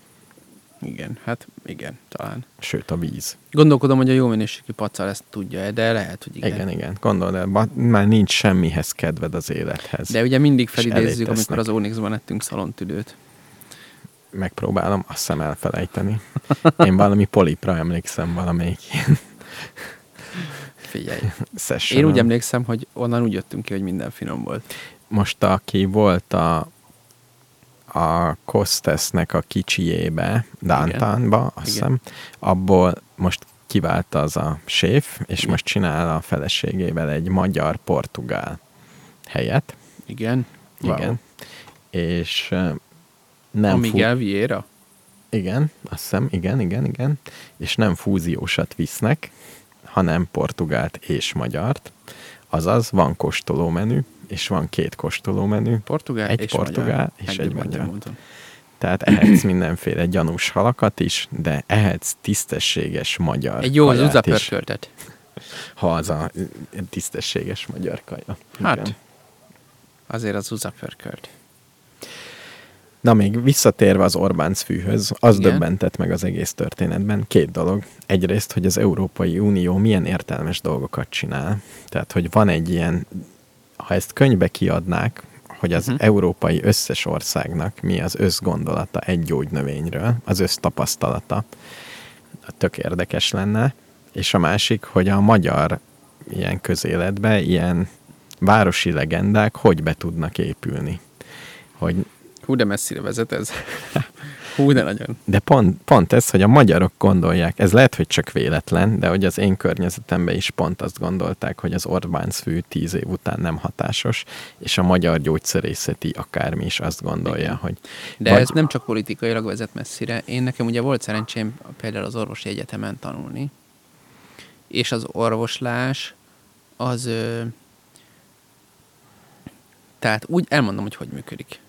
Igen, talán. Sőt, a víz. Gondolkodom, hogy a jó minőségű pacal ezt tudja, de lehet, hogy igen. Igen. Gondolod, már nincs semmihez kedved az élethez. De ugye mindig És felidézzük, elé amikor tesznek. az Onyxban ettünk szalontüdőt. Megpróbálom, azt hiszem elfelejteni. Én valami polipra emlékszem, valamelyik ilyen Figyelj. session. Én úgy emlékszem, hogy onnan úgy jöttünk ki, hogy minden finom volt. Most aki volt a Costesnek a kicsiébe, Downtownba, azt hiszem, abból most kivált az a séf, és most csinál a feleségével egy magyar-portugál helyet. Igen. Igen. És nem A Miguel Vieira? Igen, azt hiszem, igen. És nem fúziósat visznek, hanem portugált és magyart. Azaz van kóstolómenü, és van 2 kóstolómenü. Portugál egy és portugál magyar. és egy magyar. Mondtam. Tehát ehetsz mindenféle gyanús halakat is, de ehetsz tisztességes magyar Egy jó kaját is, zuzapörköltet. ha az a tisztességes magyar kaja. Hát, Igen. azért az zuzapörkölt. Na még visszatérve az Orbán-szfűhöz, az Igen. döbbentett meg az egész történetben. 2 dolog. Egyrészt, hogy az Európai Unió milyen értelmes dolgokat csinál. Tehát, hogy van egy ilyen, ha ezt könyvbe kiadnák, hogy az európai összes országnak mi az összgondolata egy gyógynövényről, az össztapasztalata, tök érdekes lenne. És a másik, hogy a magyar ilyen közéletbe ilyen városi legendák hogy be tudnak épülni. Hogy Hú, de messzire vezet ez. Hú, de nagyon. De pont ez, hogy a magyarok gondolják, ez lehet, hogy csak véletlen, de hogy az én környezetemben is pont azt gondolták, hogy az Orbán-szfű 10 év után nem hatásos, és a magyar gyógyszerészeti akármi is azt gondolja, Igen. hogy... De ez nem csak politikailag vezet messzire. Én nekem ugye volt szerencsém például az orvosi egyetemen tanulni, és az orvoslás az... Tehát úgy elmondom, hogy működik.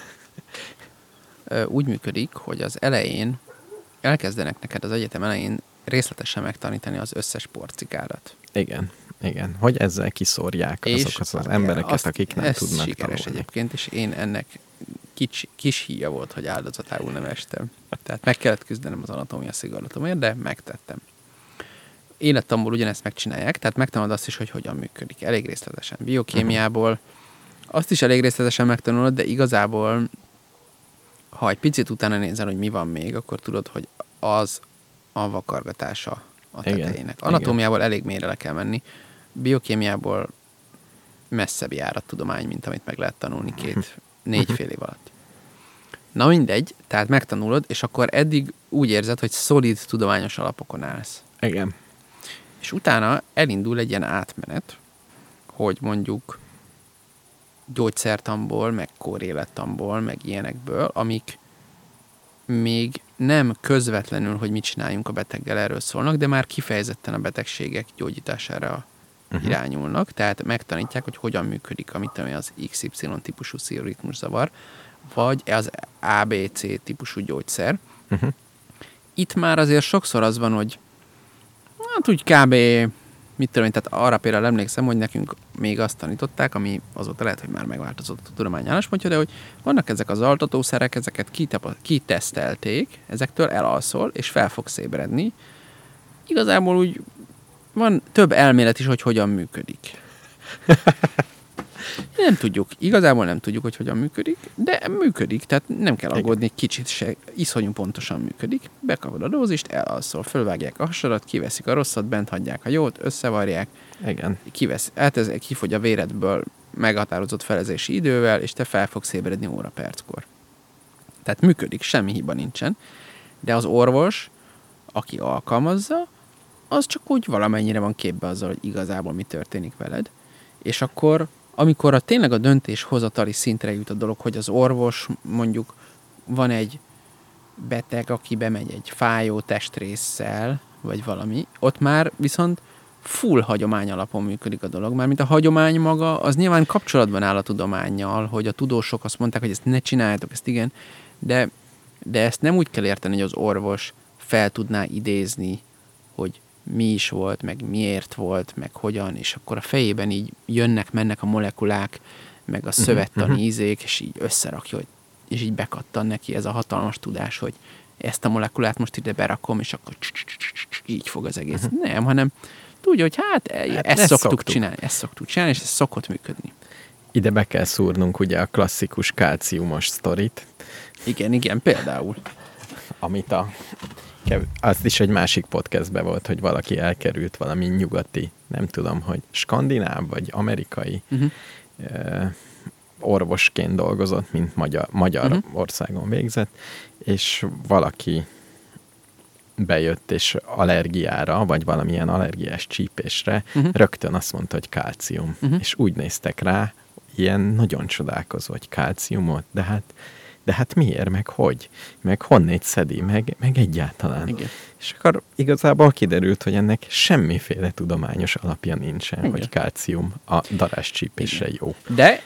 Úgy működik, hogy az elején elkezdenek neked az egyetem elején részletesen megtanítani az összes porcikádat. Igen. Igen, hogy ezzel kiszórják azokat az embereket, akik nem tudnak Ez sikeres tanulni. egyébként, és én ennek kis híja volt, hogy áldozatául nem estem. Tehát meg kellett küzdenem az anatómia szigorlatomért, de megtettem. Élettanból ugyanezt megcsinálják, tehát megtanulod azt is, hogy hogyan működik. Elég részletesen. Biokémiából azt is elég részletesen megtanulod, de igazából, ha egy picit utána nézel, hogy mi van még, akkor tudod, hogy az a vakargatása a tetejének. Igen. Anatómiából elég mélyre le kell menni. Biokémiából messzebb jár a tudomány, mint amit meg lehet tanulni 4 fél év alatt. Na mindegy, tehát megtanulod, és akkor eddig úgy érzed, hogy szolid tudományos alapokon állsz. Igen. És utána elindul egy ilyen átmenet, hogy mondjuk gyógyszertanból, meg kórélettanból, meg ilyenekből, amik még nem közvetlenül, hogy mit csináljunk a beteggel, erről szólnak, de már kifejezetten a betegségek gyógyítására irányulnak, tehát megtanítják, hogy hogyan működik az XY típusú szívritmuszavar, vagy az ABC típusú gyógyszer. Itt már azért sokszor az van, hogy hát úgy kb. Mit tudom én, tehát arra például emlékszem, hogy nekünk még azt tanították, ami azóta lehet, hogy már megváltozott a tudomány álláspontja, de hogy vannak ezek az altatószerek, ezeket kitesztelték, ezektől elalszol, és fel fogsz ébredni. Igazából úgy van több elmélet is, hogy hogyan működik. Nem tudjuk, igazából nem tudjuk, hogy hogyan működik, de működik, tehát nem kell aggódni, egy kicsit se, iszonyú pontosan működik. Bekapod a dózist, elalszol, fölvágják a hasadat, kiveszik a rosszat, bent hagyják a jót, összevarják, Igen. kifogy a véredből meghatározott felezési idővel, és te fel fogsz ébredni óra-perckor. Tehát működik, semmi hiba nincsen, de az orvos, aki alkalmazza, az csak úgy valamennyire van képbe azzal, hogy igazából mi történik veled, és akkor amikor tényleg a döntéshozatali szintre jut a dolog, hogy az orvos, mondjuk van egy beteg, aki bemegy egy fájó testrésszel, vagy valami, ott már viszont full hagyomány alapon működik a dolog. Mármint a hagyomány maga, az nyilván kapcsolatban áll a tudománnyal, hogy a tudósok azt mondták, hogy ezt ne csináljátok, ezt igen, de ezt nem úgy kell érteni, hogy az orvos fel tudná idézni, hogy mi is volt, meg miért volt, meg hogyan, és akkor a fejében így jönnek-mennek a molekulák, meg a szövettani ízék, és így összerakja, és így bekattan neki ez a hatalmas tudás, hogy ezt a molekulát most ide berakom, és akkor így fog az egész. Nem, hanem tudja, hogy ezt szoktuk csinálni, és ez szokott működni. Ide be kell szúrnunk ugye a klasszikus kálciumos sztorit. Igen, például. Amit azt is egy másik podcastben volt, hogy valaki elkerült valami nyugati, nem tudom, hogy skandináv vagy amerikai orvosként dolgozott, mint Magyarországon végzett, és valaki bejött, és allergiára, vagy valamilyen allergiás csípésre rögtön azt mondta, hogy kálcium. És úgy néztek rá, ilyen nagyon csodálkozó, hogy kálciumot, de hát miért, meg hogy? Meg honnét szedi, meg egyáltalán. Igen. És akkor igazából kiderült, hogy ennek semmiféle tudományos alapja nincsen, Igen. hogy kálcium a darázscsípésre jó. De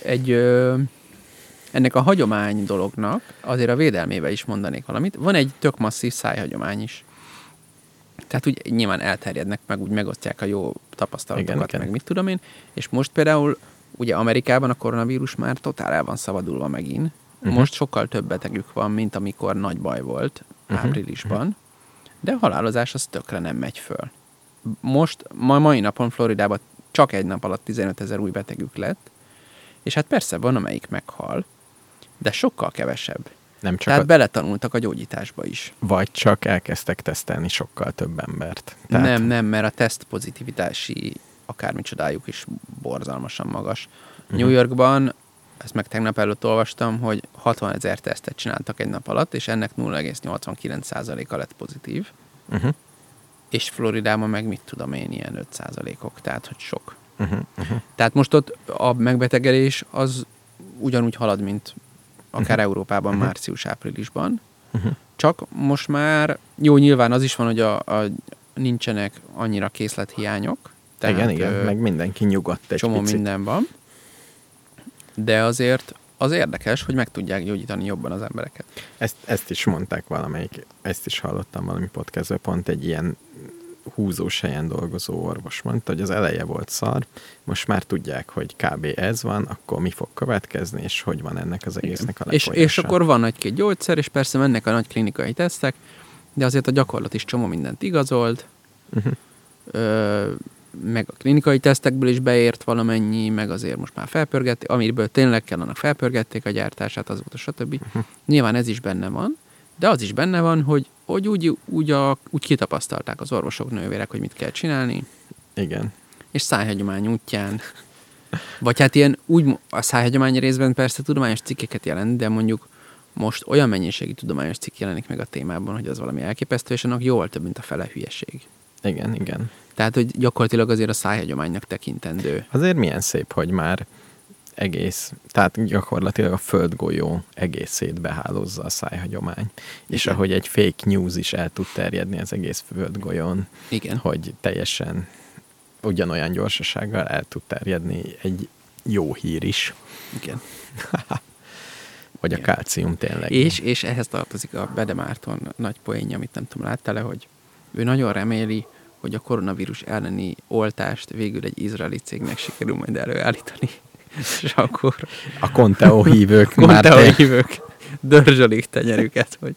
ennek a hagyomány dolognak azért a védelmével is mondanék valamit. Van egy tök masszív szájhagyomány is. Tehát úgy nyilván elterjednek, meg úgy megosztják a jó tapasztalatokat, Igen. meg mit tudom én. És most például ugye Amerikában a koronavírus már totál el van szabadulva megint. Most sokkal több betegük van, mint amikor nagy baj volt áprilisban, de a halálozás az tökre nem megy föl. Most, mai napon Floridában csak egy nap alatt 15 000 új betegük lett, és hát persze van, amelyik meghal, de sokkal kevesebb. Tehát beletanultak a gyógyításba is. Vagy csak elkezdtek tesztelni sokkal több embert. Nem, mert a teszt pozitivitási akármicsodájuk is borzalmasan magas. New Yorkban, ezt meg tegnap előtt olvastam, hogy 60 000 tesztet csináltak egy nap alatt, és ennek 0,89%-a lett pozitív. És Floridában meg mit tudom én, ilyen 5%-ok, tehát hogy sok. Tehát most ott a megbetegedés az ugyanúgy halad, mint akár Európában március-áprilisban. Csak most már, jó, nyilván az is van, hogy nincsenek annyira készlethiányok. Tehát, igen, meg mindenki nyugodt egy csomó picit. minden van. De azért az érdekes, hogy meg tudják gyógyítani jobban az embereket. Ezt is mondták valamelyik, ezt is hallottam valami podcastben, pont egy ilyen húzós helyen dolgozó orvos mondta, hogy az eleje volt szar, most már tudják, hogy kb. Ez van, akkor mi fog következni, és hogy van ennek az egésznek a lefolyása. És akkor van egy-két gyógyszer, és persze mennek a nagy klinikai tesztek, de azért a gyakorlat is csomó mindent igazolt, meg a klinikai tesztekből is beért valamennyi, meg azért most már felpörgették, amiből tényleg kell, annak felpörgették a gyártását, azóta stb. Nyilván ez is benne van, de az is benne van, hogy úgy kitapasztalták az orvosok, nővérek, hogy mit kell csinálni. Igen. És szájhagyomány útján, vagy hát ilyen úgy, a szájhagyomány részben persze tudományos cikkeket jelent, de mondjuk most olyan mennyiségű tudományos cikk jelenik meg a témában, hogy az valami elképesztő, és annak jóval több, mint a fele hülyeség. Igen, igen. Tehát, hogy gyakorlatilag azért a szájhagyománynak tekintendő. Azért milyen szép, hogy már egész, tehát gyakorlatilag a földgolyó egészét behálózza a szájhagyomány. És ahogy egy fake news is el tud terjedni az egész földgolyón, Igen. hogy teljesen ugyanolyan gyorsasággal el tud terjedni egy jó hír is. Igen. Vagy a kálcium tényleg. És ehhez tartozik a Bede Márton nagy poénja, amit nem tudom, láttál-e, hogy ő nagyon reméli, hogy a koronavírus elleni oltást végül egy izraeli cégnek sikerül majd előállítani. És akkor a Conteo hívők dörzsölik tenyerüket, hogy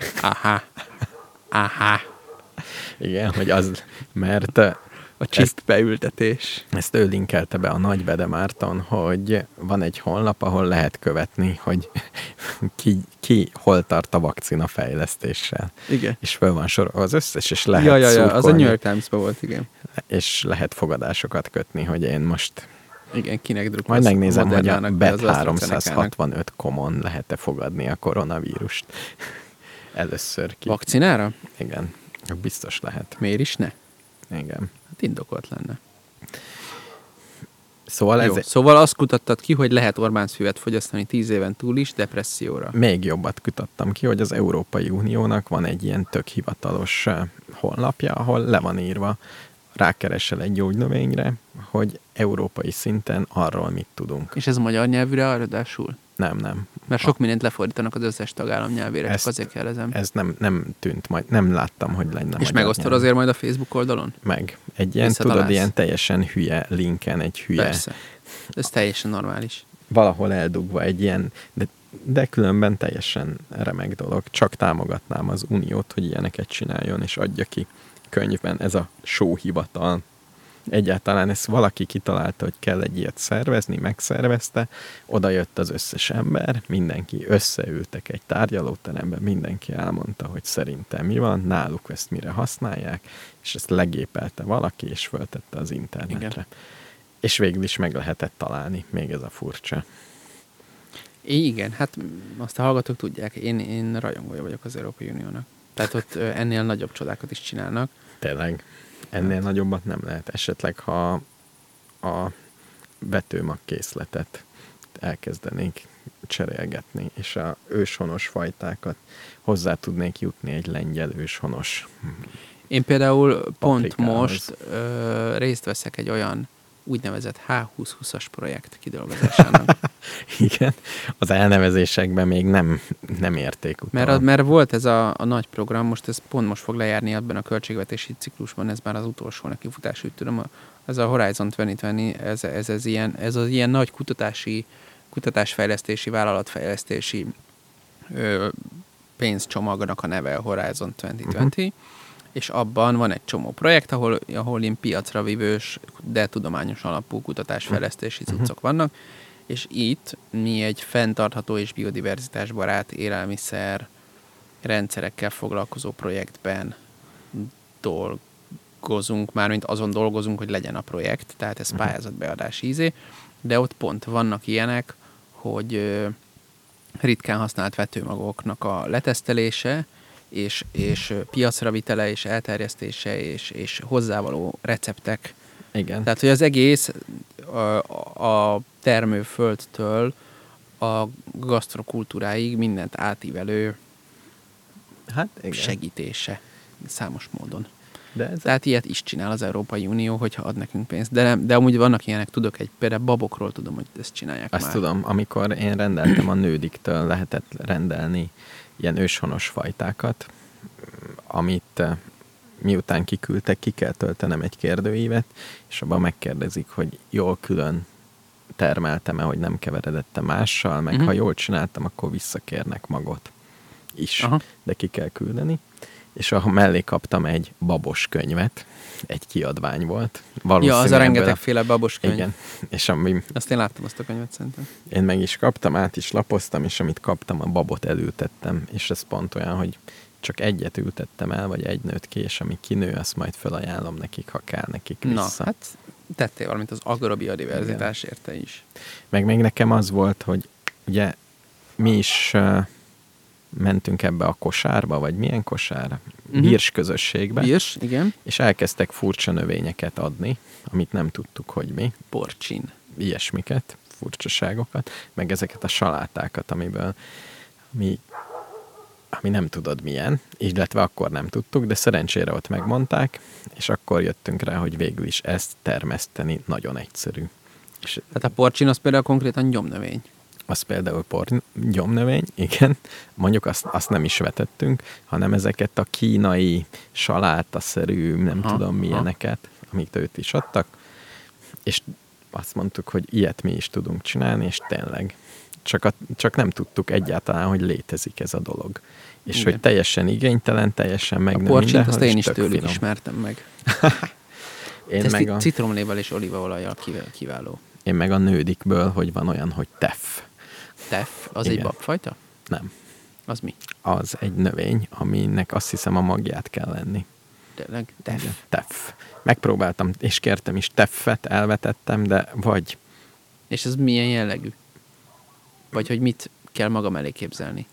aha. Igen, hogy az, mert a chip beültetés. Ezt ő linkelte be a nagy Bede Márton, hogy van egy honlap, ahol lehet követni, hogy ki hol tart a vakcina fejlesztéssel. Igen. És föl van sorolva az összes, és lehet szurkolni. Az a New York Times-ban volt, igen. És lehet fogadásokat kötni, hogy én most... Igen, kinek drukkolsz. Majd megnézem, hogy a BET 365 common lehet-e fogadni a koronavírust. Először ki. Vakcinára? Igen, biztos lehet. Miért is ne? Igen. Hát indokolt lenne. Szóval azt kutattad ki, hogy lehet Orbánszfüvet fogyasztani 10 éven túl is depresszióra. Még jobbat kutattam ki, hogy az Európai Uniónak van egy ilyen tök hivatalos honlapja, ahol le van írva, rákeresel egy gyógynövényre, hogy európai szinten arról mit tudunk. És ez magyar nyelvűre ráadásul? Nem. Mert sok mindent lefordítanak az összes tagállam nyelvére, csak azért kérdezem. Ez nem tűnt majd, nem láttam, hogy lenne. És megosztod azért majd a Facebook oldalon? Meg. Egy ilyen, tudod, ilyen teljesen hülye linken, egy hülye. Persze. Ez teljesen normális. Valahol eldugva egy ilyen, de különben teljesen remek dolog. Csak támogatnám az Uniót, hogy ilyeneket csináljon, és adja ki könyvben. Ez a sóhivatal. Egyáltalán ezt valaki kitalálta, hogy kell egy ilyet szervezni, megszervezte, oda jött az összes ember, mindenki összeültek egy tárgyalóteremben, mindenki elmondta, hogy szerintem mi van, náluk ezt mire használják, és ezt legépelte valaki, és föltette az internetre. Igen. És végül is meg lehetett találni, még ez a furcsa. Igen, hát azt a hallgatók tudják, én rajongója vagyok az Európai Uniónak. Tehát ott ennél nagyobb csodákat is csinálnak. Tényleg. Ennél nagyobbat nem lehet. Esetleg, ha a vetőmag készletet elkezdenék cserélgetni, és a őshonos fajtákat hozzá tudnék jutni egy lengyel őshonos. Én például pont most részt veszek egy olyan úgynevezett H2020-as projekt kidolgozásának. Igen, az elnevezésekben még nem érték utána. Mert volt ez a nagy program, most most fog lejárni ebben a költségvetési ciklusban, ez már az utolsó nekifutás, úgy tudom, ez a Horizon 2020, ez az ilyen nagy kutatásfejlesztési, vállalatfejlesztési pénzcsomagnak a neve a Horizon 2020, és abban van egy csomó projekt, ahol ilyen piacra vívős, de tudományos alapú kutatásfejlesztési cuccok vannak, és itt mi egy fenntartható és biodiverzitásbarát élelmiszer rendszerekkel foglalkozó projektben dolgozunk, mármint azon dolgozunk, hogy legyen a projekt, tehát ez pályázatbeadás ízé, de ott pont vannak ilyenek, hogy ritkán használt vetőmagoknak a letesztelése, és piacra vitele, és elterjesztése, és hozzávaló receptek. Igen. Tehát, hogy az egész a termőföldtől a gasztrokultúráig mindent átívelő segítése számos módon. Tehát ilyet is csinál az Európai Unió, hogyha ad nekünk pénzt. De amúgy vannak ilyenek, tudok például babokról tudom, hogy ezt csinálják. Azt már. Tudom, amikor én rendeltem a Nődiktől, lehetett rendelni ilyen őshonos fajtákat, amit miután kiküldtek, ki kell töltenem egy kérdőívet, és abban megkérdezik, hogy jól külön termeltem-e, hogy nem keveredette mással, meg ha jól csináltam, akkor visszakérnek magot is, Aha. de ki kell küldeni. És mellé kaptam egy babos könyvet, egy kiadvány volt. Ja, az a ebből rengetegféle babos könyv. Igen, és ami Azt én láttam, azt a könyvet szerintem. én meg is kaptam, át is lapoztam, és amit kaptam, a babot elültettem, és ez pont olyan, hogy csak egyet ültettem el, vagy egy nőtt ki, és ami kinő, azt majd felajánlom nekik, ha kell nekik vissza. Na, hát tettél valamit az agrobiodiverzitásért te is. Meg még nekem az volt, hogy ugye mi is mentünk ebbe a kosárba, vagy milyen kosár? Birs közösségbe. Birs, igen. És elkezdtek furcsa növényeket adni, amit nem tudtuk, hogy mi. Porcsin. Ilyesmiket, furcsaságokat, meg ezeket a salátákat, ami nem tudod milyen, illetve akkor nem tudtuk, de szerencsére ott megmondták, és akkor jöttünk rá, hogy végül is ezt termeszteni nagyon egyszerű. És Tehát a porcsin az például konkrétan gyomnövény. az például gyomnövény, igen, mondjuk azt nem is vetettünk, hanem ezeket a kínai salátaszerű, nem tudom milyeneket, amiket őt is adtak, és azt mondtuk, hogy ilyet mi is tudunk csinálni, és tényleg csak nem tudtuk egyáltalán, hogy létezik ez a dolog. És igen. hogy teljesen igénytelen, teljesen megnő A porcsint mindenhol, azt én is tök tőlük finom. ismertem meg. Én Ez meg, a, citromlével és olívaolajjal kiváló. én meg a nődikből, hogy van olyan, hogy teff. Teff, az Igen. egy babfajta? Nem. Az mi? Az egy növény, aminek azt hiszem a magját kell lenni. Tényleg? Teff. Igen, teff. Megpróbáltam, és kértem is teffet, elvetettem, de vagy És ez milyen jellegű? Vagy hogy mit kell magam elé képzelni?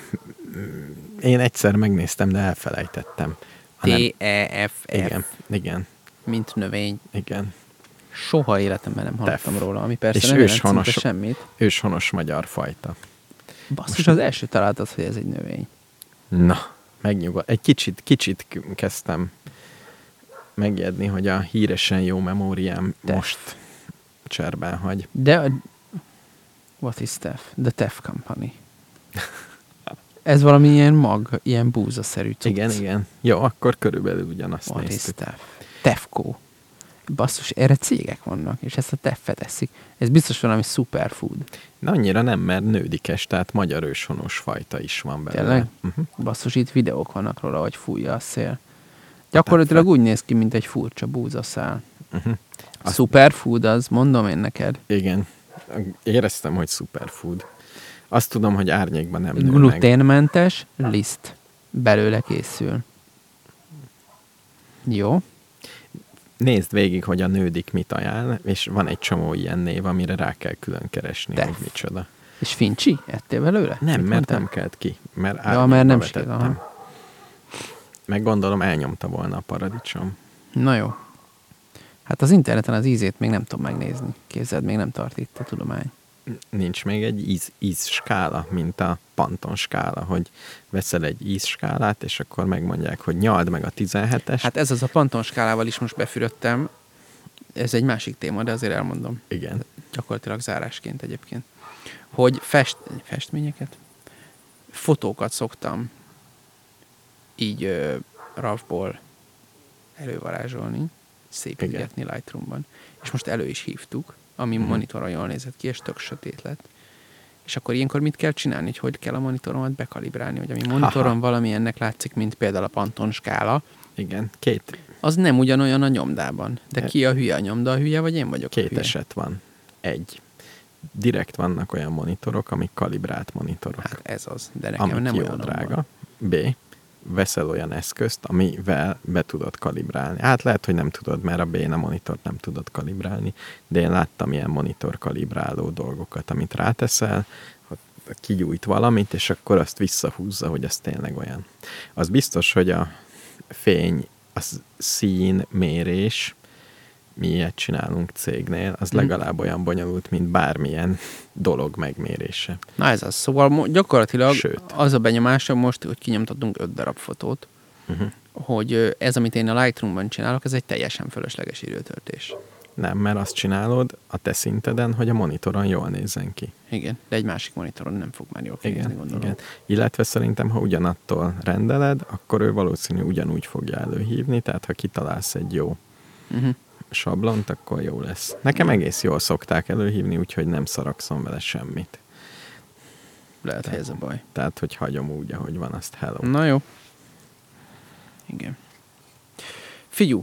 én egyszer megnéztem, de elfelejtettem. T-E-F-F. Igen, Mint növény. igen. Soha életemben nem hallottam Teff. róla, ami persze És nem jelent őshonos- szinte semmit. Őshonos magyar fajta. Basszus, az első találtad, hogy ez egy növény. Na, megnyugodt. Egy kicsit kezdtem megijedni, hogy a híresen jó memóriám most cserben hagy. De what is Teff? The Teff Company. Ez valami ilyen mag, ilyen búzaszerű cucc. Igen. Jó, akkor körülbelül ugyanazt What is néztük. Teff? Teffco. Basszus, erre cégek vannak, és ezt a teffet eszik. Ez biztos valami superfood. Na, annyira nem, mert nődikes, tehát magyar őshonos fajta is van belőle. Tényleg? Basszus, itt videók vannak róla, hogy fújja a szél. Gyakorlatilag úgy néz ki, mint egy furcsa búzaszál. A superfood az, mondom én neked. Igen. Éreztem, hogy superfood. Azt tudom, hogy árnyékban nem nő meg. Gluténmentes liszt belőle készül. Jó. Nézd végig, hogy a nődik mit ajánl, és van egy csomó ilyen név, amire rá kell külön keresni, Teff. hogy micsoda. És fincsi? Ettél belőle? Nem, Mit mert mondtál? nem kelt ki. Mert Ja, mert nem árnyékba sikerül, vetettem. aha. Meg gondolom elnyomta volna a paradicsom. Na jó. Hát az interneten az ízét még nem tudom megnézni. Képzeld, még nem tart itt a tudomány. Nincs még egy ízskála, mint a Panton skála, hogy veszel egy ízskálát, és akkor megmondják, hogy nyald meg a 17-es. Hát ez az a Panton skálával is most befürödtem. Ez egy másik téma, de azért elmondom. Igen. Gyakorlatilag zárásként egyébként. Hogy festményeket, fotókat szoktam így RAW-ból elővarázsolni, szépítgetni Lightroom-ban. És most elő is hívtuk, ami monitoron jól nézett ki, és tök sötét lett. És akkor ilyenkor mit kell csinálni, hogy kell a monitoromat bekalibrálni, hogy ami monitoron valami ennek látszik, mint például a Panton skála, Igen. az nem ugyanolyan a nyomdában. De ki a hülye? A nyomda a hülye, vagy én vagyok a Két hülye? eset van. Egy. Direkt vannak olyan monitorok, amik kalibrált monitorok. Hát ez az, de nekem Ami nem jó olyan drága. B. Veszel olyan eszközt, amivel be tudod kalibrálni. Hát lehet, hogy nem tudod, mert a béna monitort nem tudod kalibrálni, de én láttam ilyen monitor kalibráló dolgokat, amit ráteszel, kigyújt valamit, és akkor azt visszahúzza, hogy az tényleg olyan. Az biztos, hogy a fény, a szín mérés, mi ilyet csinálunk cégnél, az legalább olyan bonyolult, mint bármilyen dolog megmérése. Na ez az. Szóval gyakorlatilag Sőt. az a benyomásom most, hogy kinyomtatunk 5 darab fotót, hogy ez, amit én a Lightroom-ban csinálok, ez egy teljesen fölösleges időtöltés. Nem, mert azt csinálod a te szinteden, hogy a monitoron jól nézzen ki. Igen, de egy másik monitoron nem fog már jól kinézni, gondolom. Igen. Illetve szerintem, ha ugyanattól rendeled, akkor ő valószínű ugyanúgy fogja előhívni, tehát ha kitalálsz egy jó sablont, akkor jó lesz. Nekem egész jól szokták előhívni, úgyhogy nem szarakszom vele semmit. Lehet, hogy ez a baj. Tehát, hogy hagyom úgy, ahogy van, azt hello. Na jó. Igen. Figyú,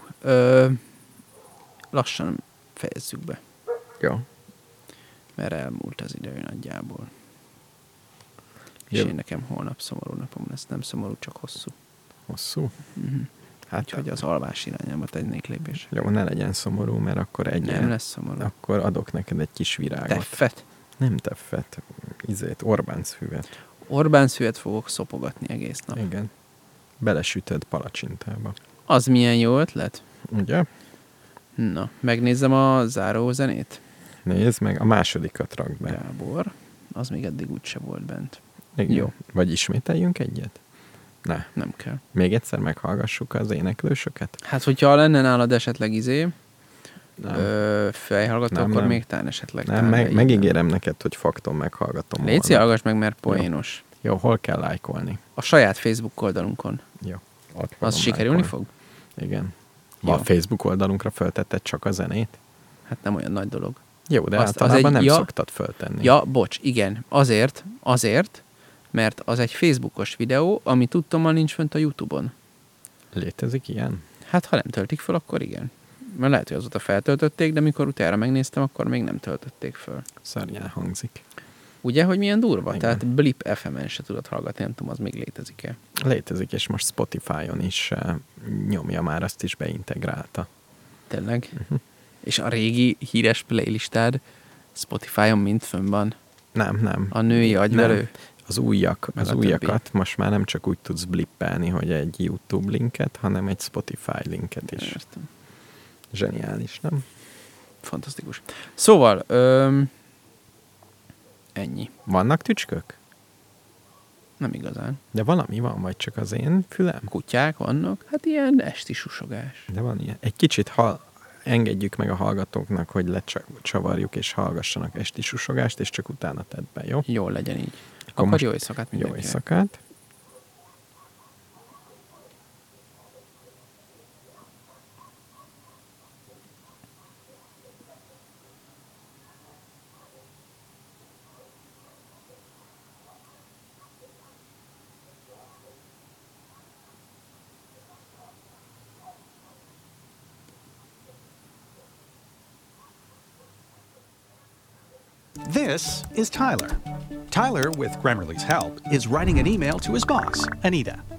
lassan fejezzük be, Jó. mert elmúlt az idő nagyjából. És Jó. én nekem holnap szomorú napom lesz. Nem szomorú, csak hosszú. Hosszú? Hát, Úgyhogy az alvás irányába tennék lépés. jó, ne legyen szomorú, mert akkor Nem lesz szomorú. Akkor adok neked egy kis virágot. Teffet. Nem teffet, Orbánc-füvet. Orbánszüvet fogok szopogatni egész nap. Igen. Belesütöd palacsintába. Az milyen jó ötlet? Ugye? Na, megnézem a záró zenét. Nézd meg, a másodikat rakd be. Gábor. Az még eddig úgyse volt bent. Igen. Jó. Vagy ismételjünk egyet? Ne. Nem kell. Még egyszer meghallgassuk az éneklősöket? Hát, hogyha lenne nálad esetleg Nem. fejhallgató, Nem, akkor nem. még talán esetleg. Nem, talán beírnám. megígérem neked, hogy fakton meghallgatom. Léci, holnap. hallgass meg, mert poénos. Jó, hol kell lájkolni? A saját Facebook oldalunkon. Jó. Ott Az fogom sikerülni lájkolni. fog? Igen. Jó. A Facebook oldalunkra föltetted csak a zenét? Hát nem olyan nagy dolog. Jó, de Az általában egy- nem ja. szoktad föltenni. Ja, bocs, igen. Azért, mert az egy Facebookos videó, ami tudtommal nincs fönt a YouTube-on. Létezik ilyen? Hát, ha nem töltik föl, akkor igen. Mert lehet, hogy azóta feltöltötték, de mikor utána megnéztem, akkor még nem töltötték föl. Szörnyen hangzik. Ugye, hogy milyen durva? Igen. Tehát Blip FM-en se tudod hallgatni, nem tudom, az még létezik-e. Létezik, és most Spotify-on is nyomja már, azt is beintegrálta. Tényleg? És a régi híres playlistád Spotify-on mind fönn van. Nem. A női agyvelő. Nem. Az Meg a újakat most már nem csak úgy tudsz blippelni, hogy egy YouTube linket, hanem egy Spotify linket is. Értem. Zseniális, nem? Fantasztikus. Szóval, ennyi. Vannak tücskök? Nem igazán. De valami van, vagy csak az én fülem? Kutyák vannak, hát ilyen esti susogás. De van ilyen. Egy kicsit engedjük meg a hallgatóknak, hogy lecsavarjuk és hallgassanak esti susogást, és csak utána tedd be, jó? Jól legyen így. Akkor Akkor most jó éjszakát Jó mindenkinek. éjszakát. This is Tyler. Tyler, with Grammarly's help, is writing an email to his boss, Anita.